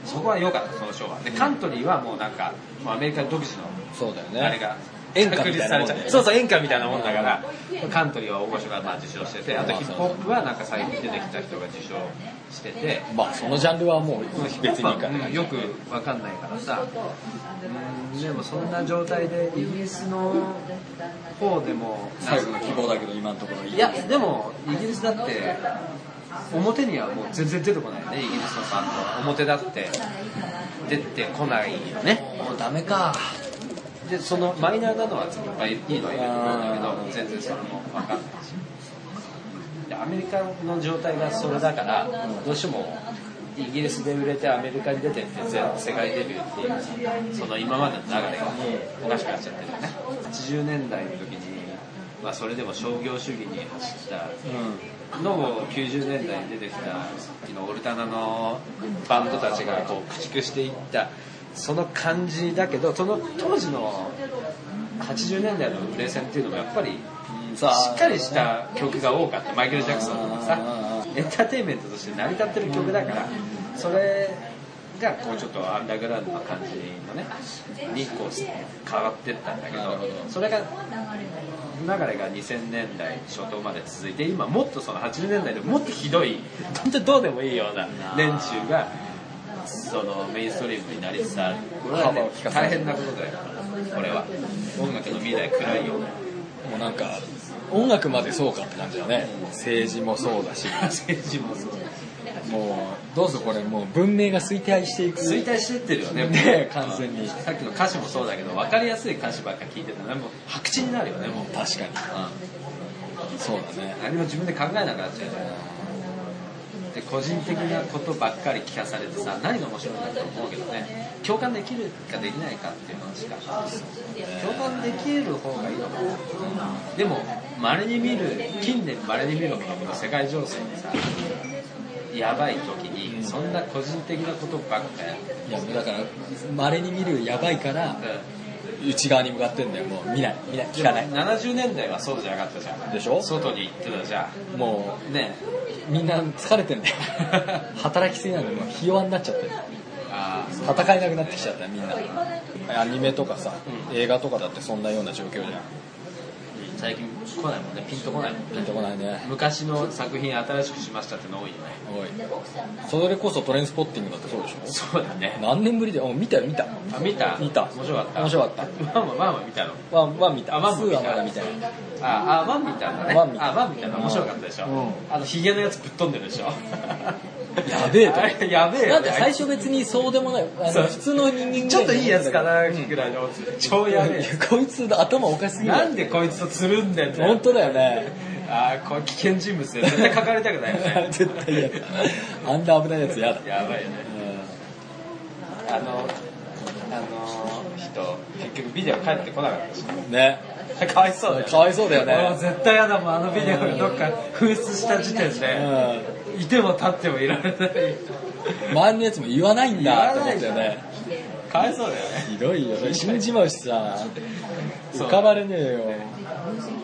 そこは良かった、そのショーは。でカントリーはもうなんかアメリカ独自のそうだよね、 あれが演歌みたいなもんだよね。 そうそう演歌みたいなもんだから、カントリーは大御所がまあ受賞してて、あとヒップホップはなんか最近出てきた人が受賞してて、 まあそのジャンルはもう別にいいから、 うん、よくわかんないからさ、うん、でもそんな状態でイギリスの方でも最後の希望だけど今のところいやでもイギリスだって表にはもう全然出てこないよね、イギリスのバンド表だって出てこないよね。 もうダメか。 でそのマイナーなのはいっぱいいいのはいると思うんだけど、全然それも分かんないし、でアメリカの状態がそれだから、どうしてもイギリスで売れてアメリカに出てって全世界デビューっていうその今までの流れがおかしくなっちゃってるよね。はちじゅうねんだいの時に、まあ、それでも商業主義に走ったのをきゅうじゅうねんだいに出てきたオルタナのバンドたちがこう駆逐していったその感じだけど、その当時のはちじゅうねんだいの売れ線っていうのもやっぱりしっかりした曲が多かった。マイケル・ジャクソンとかさ、エンターテインメントとして成り立ってる曲だから、それがこうちょっとアンダーグラウンドな感じのねにこう変わってったんだけど、それが流れがにせんねんだい初頭まで続いて、今もっとそのはちじゅうねんだいでもっとひどい本当にどうでもいいような連中がそのメインストリームになりつつある。これは、ね、大変なことだよ。これは音楽の未来暗いよ。もうなんか音楽までそうかって感じだね。政治もそうだし政治もそうもうどうぞこれもう文明が衰退していく衰退していってるよね。 ね完全に。 さっきの歌詞もそうだけど分かりやすい歌詞ばっか聞いてたらもう白痴になるよね。もう確かに、うん、そうだね。 何も自分で考えなくなっちゃうじゃない。で個人的なことばっかり聞かされてさ、何が面白いんだと思うけどね、共感できるかできないかっていう話か。共感できる方がいいのかな。でも稀に見る近年稀に見るほどこの世界情勢でさやばい時にそんな個人的なことばっかやっていやだから稀に見るやばいから、うん、内側に向かってんだよ。もう見ない見ない聞かない。 ななじゅうねんだいはそうじゃなかったじゃん。 でしょ。 外に行ってたじゃん。 もうねみんな疲れてんだよ働きすぎなんでもうひ弱になっちゃってる。あ戦えなくなってきちゃったみんな。アニメとかさ、うん、映画とかだってそんなような状況じゃん。 最近来ないもんね。ピンとこないもんね。 ピンとこないね。 昔の作品新しくしましたっての多いよね。 多い。それこそトレインスポッティングだってそうでしょ。 そうだね。 何年ぶりで。見たよ見た。 あ見た見た。 面白かった。 面白かった。 ワンはワンは見たの。 ワンワン見た。 あワンも見た。 ツーはまだ見た。 ああワン見たんだね。 ワン見た。 あワン見たの面白かったでしょ。うん、あのヒゲのやつぶっ飛んでるでしょ。 やべえと。 やべえよ、ね。 だって最初別にそうでもない。あの普通の人間ちょっといいやつかなぐらいの、うん、超やべえ。 こいつ頭おかしすぎる。 なんでこいつとつるんでんだよ。 本当だよね。 ああこれ危険人物で絶対書かれたくないよね。 絶対嫌だ。あんな危ないやつ嫌だ。 やばいよね。うん、あのあの人結局ビデオ帰ってこなかったしね。 かわいそうだよ、 ね、かわいそうだよね。 絶対やだもんあのビデオがどっか紛失した時点で、うん、いても立ってもいられない。 周りのやつも言わないんだって思ったよね。 かわいそうだよね。 ひどいよ。それ死んじまうしさ。浮かばれねえよ。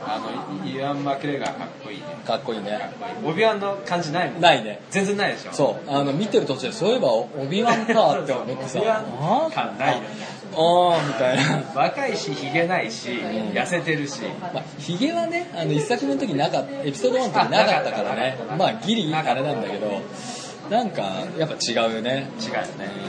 あのイワン・マクレガーかっこいいね。 かっこいいね。 オビワンの感じないもん。 ないね。 全然ないでしょ。 そうあの見てる途中でそういえばオビワンかって思ってさオビワン感ないよね。 あーみたいな。 若いしヒゲないし、うん、痩せてるし、 まあ、ヒゲはねあの一作目の時なかったエピソードワンの時なかったからねまあギリあれなんだけどなんかやっぱ違うよね。 違うよね、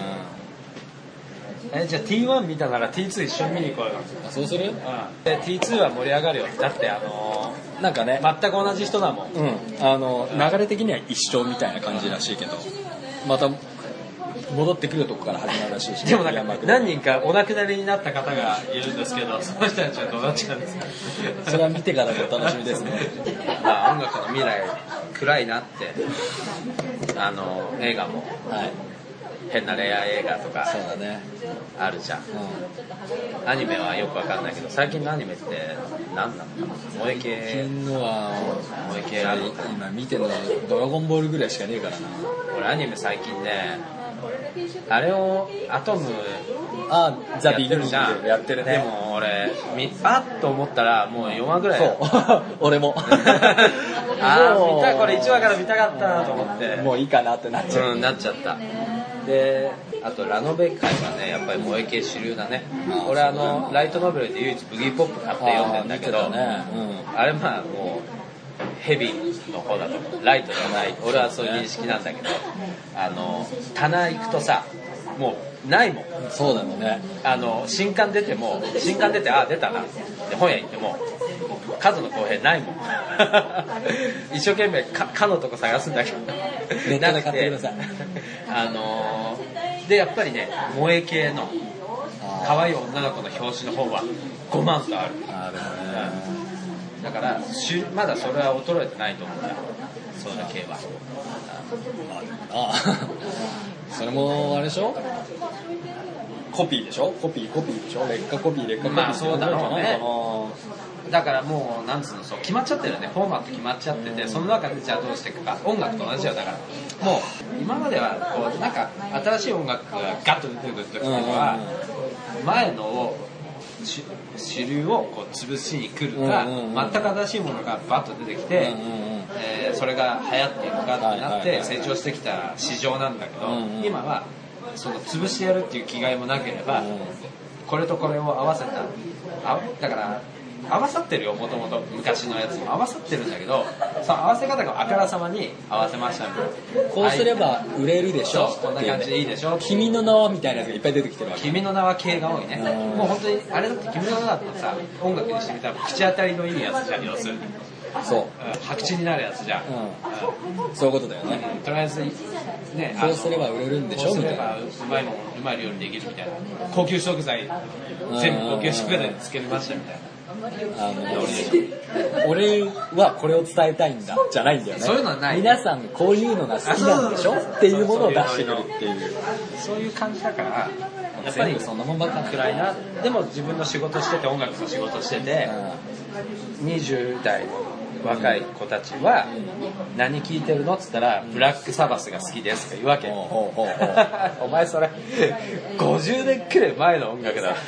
うん、えじゃあ ティーワン 見たなら ティーツー 一緒に見に行こうよ。 あそうする、うん、 で ティーツー は盛り上がるよ。だってあのー、なんかね全く同じ人だもん、 うん、あの流れ的には一緒みたいな感じらしいけどまた戻ってくるとこから始まるらしいし、ね、 でもなんか何人かお亡くなりになった方がいるんですけどその人たちはどうなっちゃうんですか。 それは見てからのお楽しみですね。 まあ、音楽の未来暗いなってあの映画も、はい、変な恋愛映画とかそうだねあるじゃん、うん、アニメはよくわかんないけど最近のアニメって何なのかな。萌え系最近のは萌え系ある。 今見てるのはドラゴンボールぐらいしかねえからな。 俺アニメ最近ねあれをアトムあザ・ビッグじゃんやってるね。 でも俺あっと思ったらもうよんわぐらい。 そう俺もああ見たこれいちわから見たかったと思ってもういいかなってなっちゃう、 うん、なっちゃった。であとラノベ界はねやっぱり萌え系主流だね。俺あのライトノベルで唯一ブギーポップ買って読んでんだけど あ,、ねうん、あれまあもうヘビーの方だと思う。ライトじゃない俺はそういう認識なんだけどあの棚行くとさもうないもん。 そうだよね。 あの新刊出ても新刊出てああ出たなで本屋行っても数の公平ないもん一生懸命かかのとこ探すんだけどネットで買ってくださいあのー、でやっぱりね萌え系の可愛い女の子の表紙の本はごまんとある。 あるね、 うん、だからまだそれは衰えてないと思うんだよそういう系は。 ああそれもあれでしょコピーでしょコピーコピーでしょ劣化コピー劣化コピー。 まあそうだろうね。だからもうなんつうのそう決まっちゃってるよね。フォーマット決まっちゃっててその中でじゃあどうしていくか。音楽と同じよだからもう今まではこうなんか新しい音楽がガッと出てくる時とかは前のを主流をこう潰しに来るか、全く新しいものがバッと出てきて、えー、それが流行っていくかってなって成長してきた市場なんだけど、今はその潰してやるっていう気概もなければこれとこれを合わせたあだから合わさってるよもともと昔のやつも合わさってるんだけどその合わせ方があからさまに合わせましたみたいな。 こうすれば売れるでしょ、はい、 こんな感じでいいでしょ。 君の名はみたいなやつがいっぱい出てきてるわけ。 君の名は系が多いね。もう本当にあれだって君の名だってさ音楽にしてみたら口当たりのいいやつじゃん要するに。 そう、うん、 白痴になるやつじゃん、 うんうん、そういうことだよね、 うん、とりあえずねこうすれば売れるんでしょみたいな。 うまいもんうまい料理できるみたいな高級食材全部高級食材でつけましたみたいな。 あの俺はこれを伝えたいんだじゃないんだよね。 そういうのはない。 皆さんこういうのが好きなんでしょっていうものを出してくるっていうそういう感じだからやっぱりそんなもんばっか暗いな。でも自分の仕事してて音楽の仕事しててにじゅう代の若い子たちは何聴いてるのっつったらブラックサバスが好きですとか言うわけ。お前それごじゅうねんくらい前の音楽だ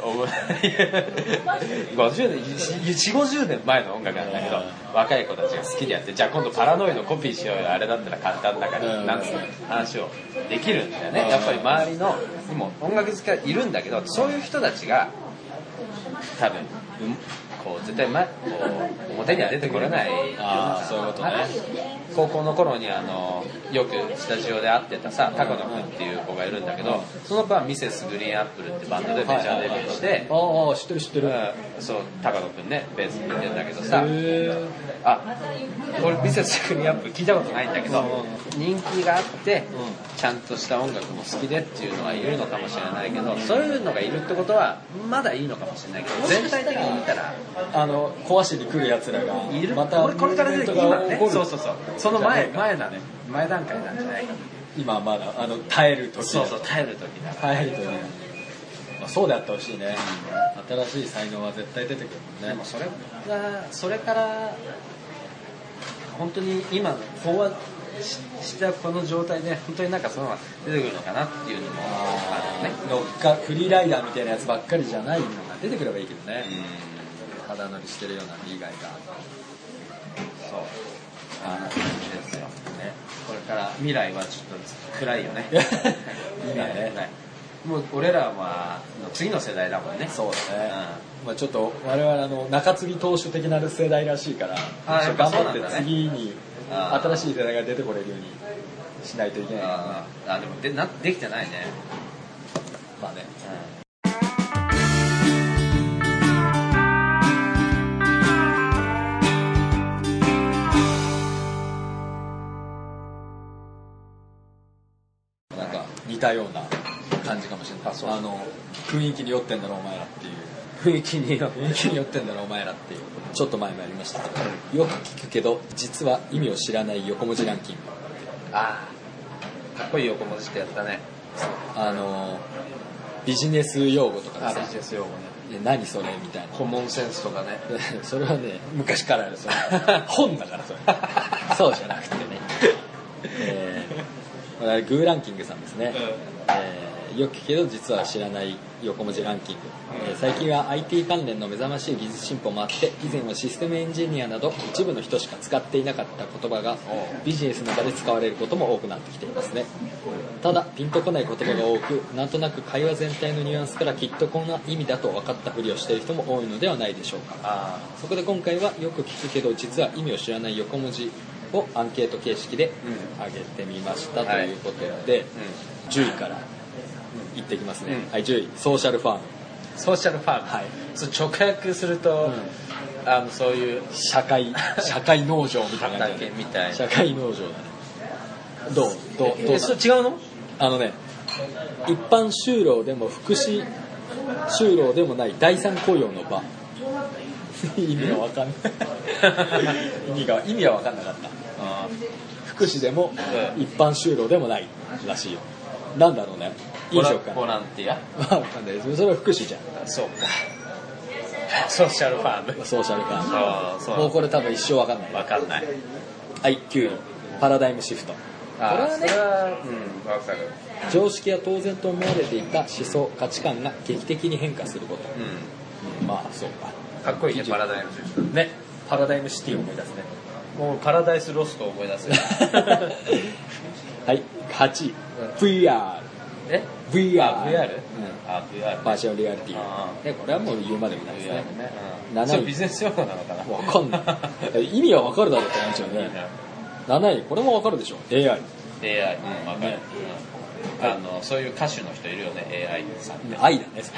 ごじゅうねん、よんじゅうごじゅうねんまえの音楽なんだけど若い子たちが好きでやってじゃあ今度パラノイドコピーしようよあれだったら簡単だからなんつう話をできるんだよね。やっぱり周りのにも音楽好きがいるんだけどそういう人たちが多分、うん、こう絶対、ま、こう表には出てこれない。 あそういうことね。 高校の頃にあのよくスタジオで会ってたさ高野くんっていう子がいるんだけどその子はミセスグリーンアップルってバンドでメジャーデビューして、 ああ知ってる知ってる、 うん、そう高野くんねベース弾いてるんだけどさあ俺ミセスグリーンアップル聞いたことないんだけど人気があってちゃんとした音楽も好きでっていうのはいるのかもしれないけどそういうのがいるってことはまだいいのかもしれないけど全体的に見たらあの壊しに来るやつらがいる。 またこれから出てくる今ねそうそうそうその前前だね前段階なんじゃないか今まだあの耐える時そうそう耐える時だ耐える時だ、まあ、そうであってほしいね。新しい才能は絶対出てくるもんね。 でもそれがそれから本当に今の飽和したこの状態で本当になんかそのまま出てくるのかなっていうのもあるね。 乗っかフリーライダーみたいなやつばっかりじゃないのが出てくればいいけどね。 うん肌乗りしてるような利害が。 そうあですよ、ね、これから未来はちょっと暗いよね未来ね、 もう俺らは次の世代だもんね。 そうだね、うん、まあ、ちょっと我々あの中継ぎ投手的な世代らしいから、 あ頑張って次に新しい世代が出てこれるようにしないといけない、ね、 ああでもでなできてないね。 まあね、うん、なんか似たような感じかもしれない。あそうあの雰囲気に酔ってんだろお前らっていう雰囲気によ雰囲気に酔ってんだろお前らっていうちょっと前もやりましたけど、よく聞くけど実は意味を知らない横文字ランキング。 ああかっこいい横文字ってやったね。 あのビジネス用語とかでさ、 ビジネス用語ね、 何それみたいな、 コモンセンスとかねそれはね昔からあるそれ本だからそれそうじゃなくてね、えー、これはグーランキングさんですね、うん、えー、よく聞くけど実は知らない横文字ランキング、うん、えー、最近は アイティー 関連の目覚ましい技術進歩もあって以前はシステムエンジニアなど一部の人しか使っていなかった言葉がビジネスの場で使われることも多くなってきていますね。ただピンとこない言葉が多く、なんとなく会話全体のニュアンスからきっとこんな意味だと分かったふりをしている人も多いのではないでしょうか。あそこで今回はよく聞くけど実は意味を知らない横文字をアンケート形式で上げてみましたということで、はい、うん、じゅういからいっていきますね、うん、はい、じゅういソーシャルファーム。 ソーシャルファーム、はい、そう直訳すると、うん、あのそういう社会社会農場みたいな感じ、 みたいな社会農場だね。どうどうどうえそれ違うの？ あのね、一般就労でも福祉就労でもない第三雇用の場意味が分かんない意味が意味は分かんなかった。あ福祉でも、うん、一般就労でもないらしいよ。なんだろうね、飲食かボランティアそれは福祉じゃん。 そうかソーシャルファームソーシャルファームそうもうこれ多分一生分かんない分かんない。 はい、きゅういパラダイムシフト。 これはね、それは、うん、分かる。 常識は当然と思われていた思想価値観が劇的に変化すること、うんうん、まあそうかかっこいいねパラダイムシフトね。パラダイムシティを思い出すね。 もうパラダイスロストを思い出すはい、はちい ブイアール。 えブイアール、 ブイアール、うん、あ ブイアール、ね、 バーチャルリアリティでこれはもう言うまでもないですね。 ブイアールね、うん、それビジネス用語なのかな分かんない意味は分かるだろうって感じよね。なないこれも分かるでしょ エーアイ。 エーアイ、うん、分かる、ね、うん、あのそういう歌手の人いるよね エーアイ さんって愛だねそ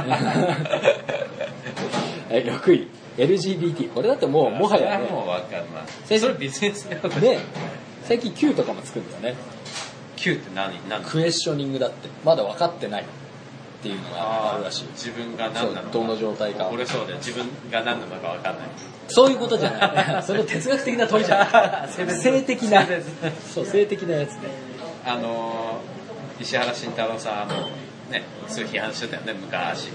れろくい エルジービーティー。 これだってもうもはやね、 もう分かるな。それビジネス用語ね。最近 Q とかもつくんだよね。 Q って何何クエスチョニングだって。まだ分かってないっていうのがあるらしい。 自分が何なのか、 どの状態か。 俺そうだよ、自分が何なのか分かんない。 そういうことじゃないその哲学的な問いじゃない性的なそう性的なやつね。 あのー、石原慎太郎さんもねすごい批判してたよね昔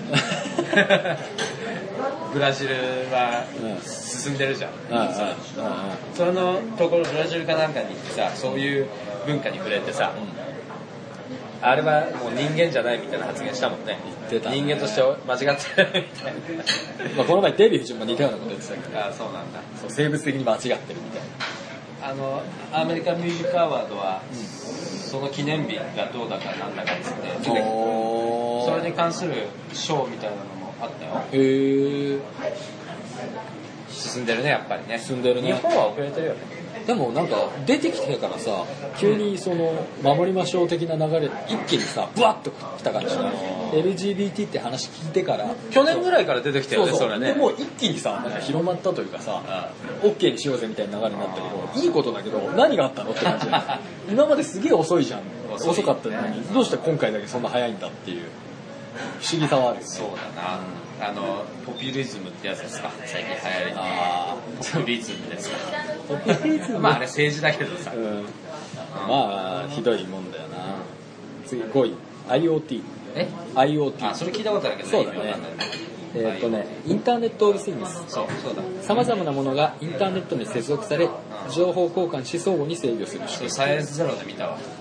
ブラジルは進んでるじゃん、うん、そのところブラジルかなんかに行ってさ、そういう文化に触れてさ、うん、あれはもう人間じゃないみたいな発言したもんね。 言ってたね。 人間として間違ってるみたいなまあこの前デヴィ夫人も似たようなこと言ってたけど、 あ、そうなんだ。 そう生物的に間違ってるみたいな。 あのアメリカンミュージックアワードは、うん、その記念日がどうだかなんだかっつってそれに関する賞みたいなのもあったよ。 へえ。 進んでるねやっぱりね。 進んでるね。 日本は遅れてるよね。 でもなんか出てきてからさ、急にその守りましょう的な流れ一気にさブワッと来た感じしない？ エルジービーティー って話聞いてから去年ぐらいから出てきたよね。 そうそう、 それね。 でもう一気にさなんか広まったというかさ、OK にしようぜみたいな流れになったけど、いいことだけど何があったのって感じだ今まですげえ遅いじゃん。遅かったのにどうして今回だけそんな早いんだっていう不思議さはあるよね。 そうだな、あのポピュリズムってやつですか、最近流行りの。あポピュリズムですか。 ポピュリズムまああれ政治だけどさ、うん、 まあひどいもんだよな。次ごい IoT。 え IoT。 あそれ聞いたことあるけど、 そうだね。えーっとね、インターネットオブシングス。 そうそうだ。 さまざまなものがインターネットに接続され、情報交換し相互に制御する仕組み。 サイエンスゼロで見たわ。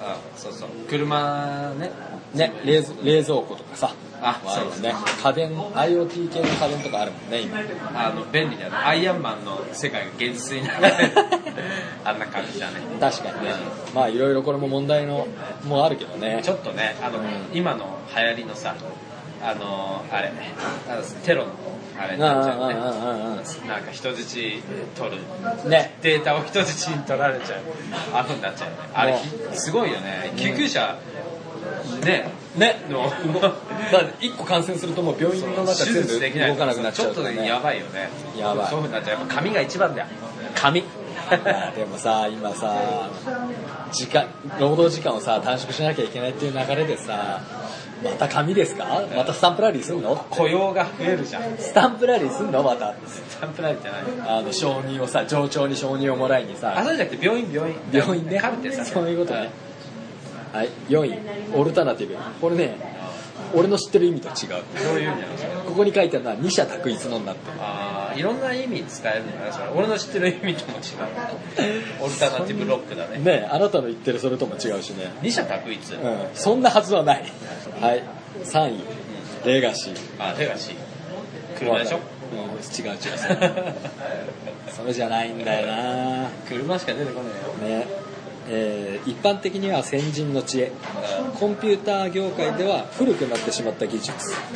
あそうそう車ねね冷蔵冷蔵庫とかさあそうですね家電 IoT 系の家電とかあるもんね今あの便利だよねアイアンマンの世界が現実になるあんな感じだね確かにねまあいろいろこれも問題のもあるけどねちょっとねあの、うん、今の流行りのさあのあれあのテロのあれになっちゃうねなんか人質取る、ね、データを人質に取られちゃうああいう風になっちゃうねあれすごいよね救急車、うん、ねねのだいっこ感染するともう病院の中全部動かなくなっちゃうから、ね、 ちょっとねやばいよねやばいそういう風になっちゃうやっぱ紙が一番だよ紙でもさ今さ時間労働時間をさ短縮しなきゃいけないっていう流れでさまた紙ですかまたスタンプラリーすんの雇用が増えるじゃんスタンプラリーすんのまたスタンプラリーじゃないあの承認をさ上長に承認をもらいにさあそうじゃなくて病院病院病院ねカルテさそういうことねはいよんいオルタナティブこれね俺の知ってる意味と違うどういう意味なのそれここに書いてあるのは二者択一のになってるああいろんな意味に使えるんだねそれ俺の知ってる意味とも違うオルタナティブロックだねねあなたの言ってるそれとも違うしね二者択一、 うん、そんなはずはないはいさんい、うん、レガシーあレガシー車でしょ、 うん、違う違うそれじゃないんだよな車しか出てこないよねえー、一般的には先人の知恵コンピューター業界では古くなってしまった技術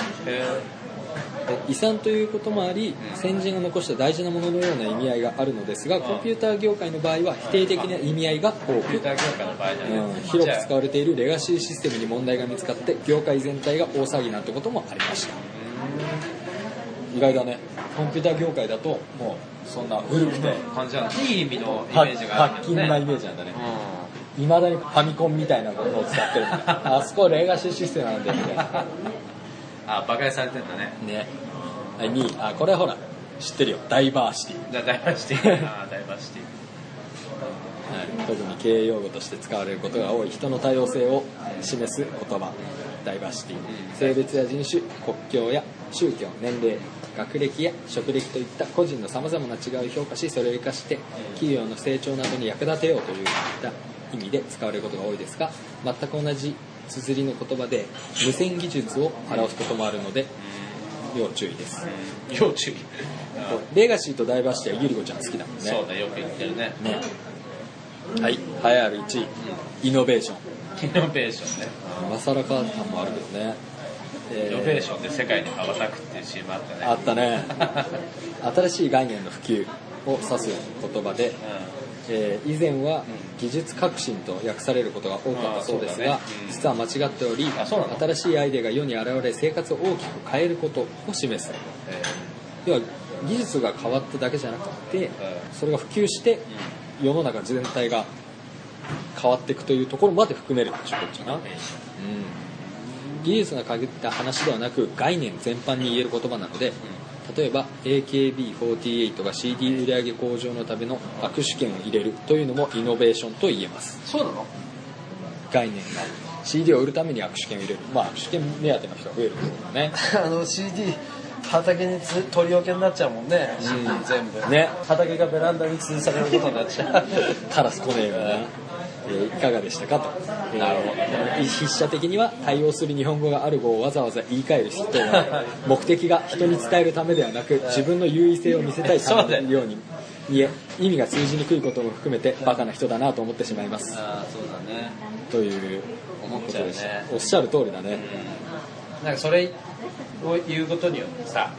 遺産ということもあり先人が残した大事なもののような意味合いがあるのですがコンピューター業界の場合は否定的な意味合いが多く、うん、広く使われているレガシーシステムに問題が見つかって業界全体が大騒ぎなんてこともありました意外だねコンピューター業界だともうそんな古くて感じいい意味のイメージがあるけどね発禁なイメージなんだねいまだにファミコンみたいなものを使ってるんだあそこレガシーシステムなんだよみたいなあバカにされてんだねねにあこれほら知ってるよダイバーシティダイバーシティあダイバーシティはい、特に経営用語として使われることが多い人の多様性を示す言葉ダイバーシティ性別や人種国境や宗教年齢学歴や職歴といった個人のさまざまな違いを評価しそれを生かして企業の成長などに役立てようといった意味で使われることが多いですが全く同じ綴りの言葉で無線技術を表すこともあるので要注意です要注意レガシーとダイバーシティはゆりこちゃん好きだもんねそうだよく言ってるねねはい栄えあるいちいイノベーションイノベーションね今更か感もあるけどねイノベーションで世界に羽ばたくっていうシーンもあったねあったね新しい概念の普及を指す言葉で、うんえー、以前は技術革新と訳されることが多かったそうですが、うんねうん、実は間違っており新しいアイデアが世に現れ生活を大きく変えることを示す、えー、要は技術が変わっただけじゃなくてそれが普及して世の中全体が変わっていくというところまで含めるっていうことかな、うん、技術が限った話ではなく概念全般に言える言葉なので例えば エーケービーフォーティーエイト が シーディー 売上向上のための握手券を入れるというのもイノベーションと言えますそうなの概念が シーディー を売るために握手券を入れるまあ握手券目当ての人が増えるんですけどねあの シーディー 畑につ取り置けになっちゃうもんね、シーディー 全部ね畑がベランダに吊るされることになっちゃうカラス来ねえよな、えー、いかがでしたかと、えー、なるほど筆者的には対応する日本語がある語をわざわざ言い換える人は目的が人に伝えるためではなく自分の優位性を見せたいためのように見え意味が通じにくいことも含めてバカな人だなと思ってしまいますあそうだねという思っちゃうねおっしゃる通りだね、 うん、なんかそれを言うことによってさ、うん、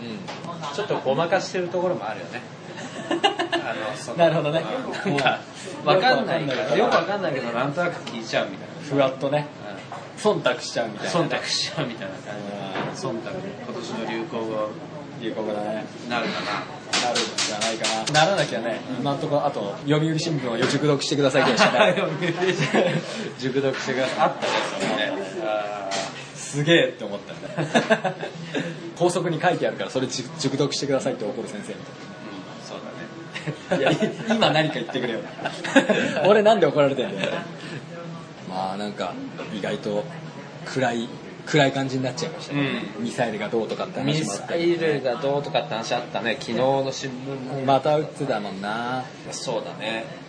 ちょっとごまかしてるところもあるよねあのそのなるほどねなんか分かんないからよく分かんないけどなんとなく聞いちゃうみたいなふわっとね、うん、忖度しちゃうみたいな忖度しちゃうみたいな感じ忖度今年の流行語流行語だねなるかななるんじゃないかなならなきゃね、うん、今のところあと読売新聞を熟読してくださいぐらいしかない読売新聞熟読してくださいあったですねあすげえって思ったんだ校則に書いてあるからそれ熟読してくださいって怒る先生みたいな、うん、そうだねいや今何か言ってくれよ俺なんで怒られてんだよまあなんか意外と暗い暗い感じになっちゃいましたね、うん、ミサイルがどうとかって話もあったミサイルがどうとかって話あったね昨日の新聞もまた撃ってたもんなそうだね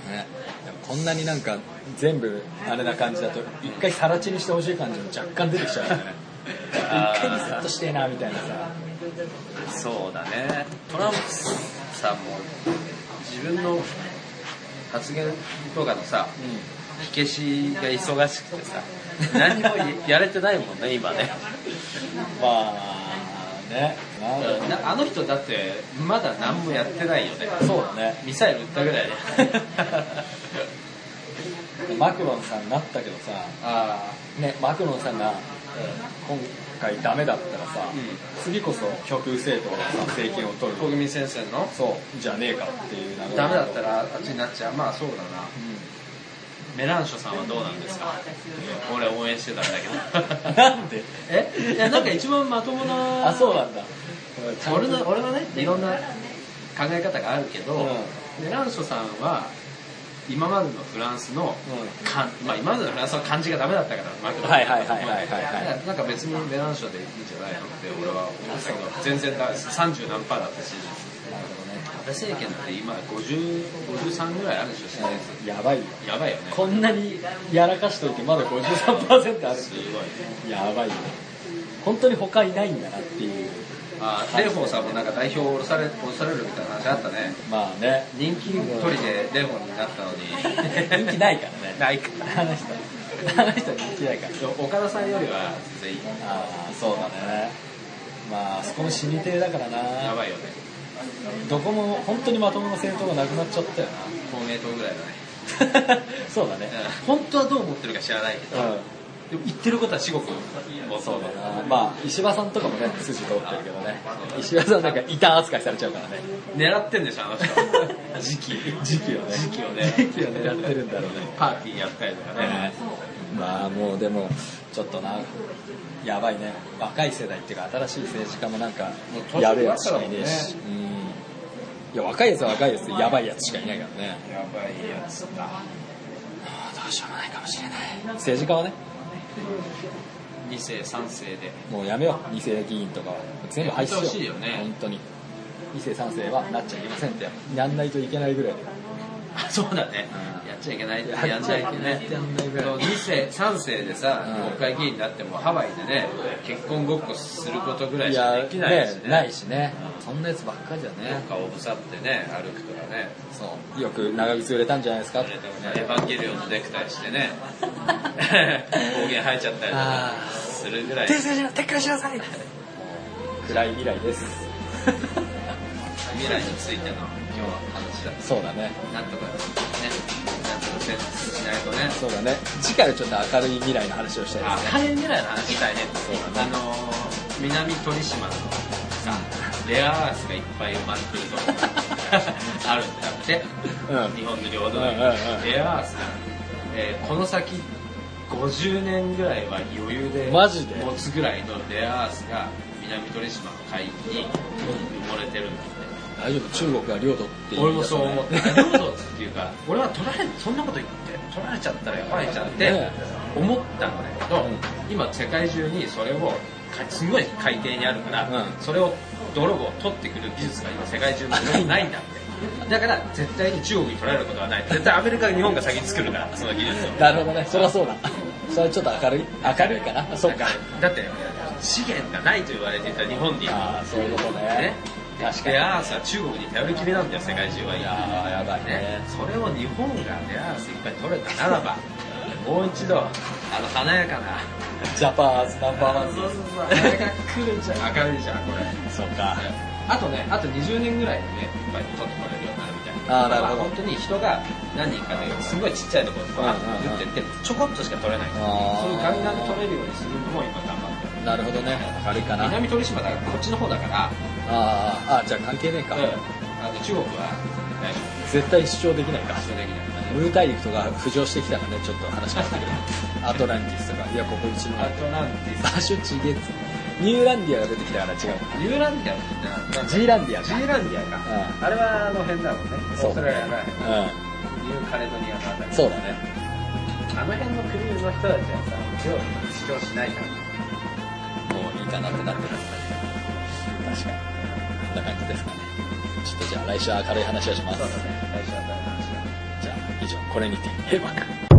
ね、でもこんなになんか全部あれな感じだと一回さら地にしてほしい感じも若干出てきちゃうよね一回リセットしてえなみたいなさ。 そうだね。トランプさんも自分の発言とかのさ、うん、火消しが忙しくてさ何もやれてないもんね今ねまあね、 なあの人だってまだ何もやってないよね。 そうだね。 ミサイル撃ったぐらいでマクロンさんになったけどさ、あね、マクロンさんが今回ダメだったらさ、うん、次こそ極右政党がさ政権を取る国民戦線のそうじゃねえかっていう流れ。 ダメだったらあっちになっちゃう。まあそうだな、うん、メランショさんはどうなんですか。俺応援してたんだけどなんでえいやなんか一番まともなあそうなんだ。 俺の俺はねいろんな考え方があるけど、うん、メランショさんは今までのフランスの、うんかまあ、今までのフランスは漢字がダメだったからマクロンはいはいはいはいはい、 なんか別にメランショでいいんじゃないのって俺は思ったけど全然ださんじゅう何パーだったし。なるほどね。安倍政権って今ごじゅう、ごじゅうさんぐらいあるでしょ支持率。 やばいよ。 やばいよね。 こんなにやらかしといてまだ ごじゅうさんパーセント ある。 すごい。 やばいよ。本当に他いないんだなっていう。 ああ、レーフォンさんもなんか代表を降ろされ、降ろされるみたいな話あったね。 まあね。 人気取りでレーフォンになったのに。 人気ないからね。 ないから。 あの人。あの人人気ないから。 岡田さんよりは全然いい。 ああ、そうだね。まあ、あそこも死に亭だからな。 やばいよね。 どこも本当にまともな政党がなくなっちゃったよな。 公明党ぐらいだね。 そうだね、 うん。本当はどう思ってるか知らないけど。うんでも言ってることは至極そうだな。まあ石破さんとかもね筋通ってるけどね。石破さんなんか異端扱いされちゃうからね。 狙ってんでしょあの人。時期時期をね時期をね時期を狙ってるんだろうね。 パーティーやったりとかね。ねまあもうでもちょっとなやばいね。若い世代っていうか新しい政治家もなんかやべえやつしかいねえし。うんいや若いやつは若いやつでやばいやつしかいないからね。 やばいやつだ。 どうしようもないかもしれない。政治家はね。 に世さん世でもうやめように世議員とかは全部廃止しよう。 よね本当にに世さん世はなっちゃいけませんってやんないといけないぐらいで。 あそうだね、うん、やっちゃいけないってやんないけどねに世さん世でさ、うん、国会議員になってもハワイでね結婚ごっこすることぐらいしかできないしね、 ねないしね、うん、そんなやつばっかりだね。 なんかおぶさってね歩くとかねそうよく長靴売れたんじゃないですか。 エヴァンゲリオンのネクタイしてね暴言吐いちゃったりとかするぐらい訂正しな撤回しなさい暗い未来です未来についての今日は話だ。 そうだね。 なんとかねなんとかセンスしないとね。 そうだね。次回はちょっと明るい未来の話をしたいですね。 明るい未来の話したいね。そうだね。あのー、南鳥島のさレアアースがいっぱい埋まってるとあるんだって、うん、日本の領土に、うんうんうん、レアアースが、えー、この先ごじゅうねんぐらいは余裕でマジで持つぐらいのレアアースが南鳥島の海域に埋もれてるんだって。 大丈夫中国が領土って俺もそう思って領土っていうか俺は取られそんなこと言って取られちゃったらやばいじゃんって思ったんだけど、ね、今世界中にそれをすごい海底にあるから、うん、それを泥を取ってくる技術が今世界中にないんだってだから絶対に中国に取られることはない。絶対アメリカ日本が先に作るからその技術を。 なるほどね。そりゃそうだ。それはちょっと明るい明るいかな。そうか。 だって資源がないと言われていた日本にあそういうことね。ね確かにレアアースは中国に頼りきりなんだよ世界中は。 いややばいね。 それを日本がレアアースいっぱい取れたならばもう一度あの華やかなジャパーズナンバーワンそうそうそうあれが来るじゃん明るいじゃんこれ。 そうか。 あとねあとにじゅうねんぐらいでねいっぱい取ってもらえるようになるみたいな。 あなるほど。 本当に人が何人かですごいちっちゃいところとか打ってってちょこっとしか取れない。そういうガンガン取れるようにするのも今頑張ってる。 なるほどね。明るいかな。 南鳥島だからこっちの方だからああ、じゃあ関係ねえか。うん、 あの中国は大丈夫。 絶対主張できないか。 主張できない。 ムー大陸とか浮上してきたらね、ちょっと話があったけど、アトランティスとか、いやここうちのアトランティス場所ちげえつ。ニューランディアが出てきたから違う。 ニューランディアってジーランディアか。 ジーランディアか。うん、あれはあの辺だもんね。オーストラリアが、うん、ニューカレドニアのあたり。 そうだね。 あの辺の国の人たちはさ、主張しないから。 もういいかなってなってるんだね。確かに。こんな感じですかね。ちょっとじゃあ来週は明るい話をします。 そうだね。来週は明るい話だ。 じゃあ。 以上これにて閉幕。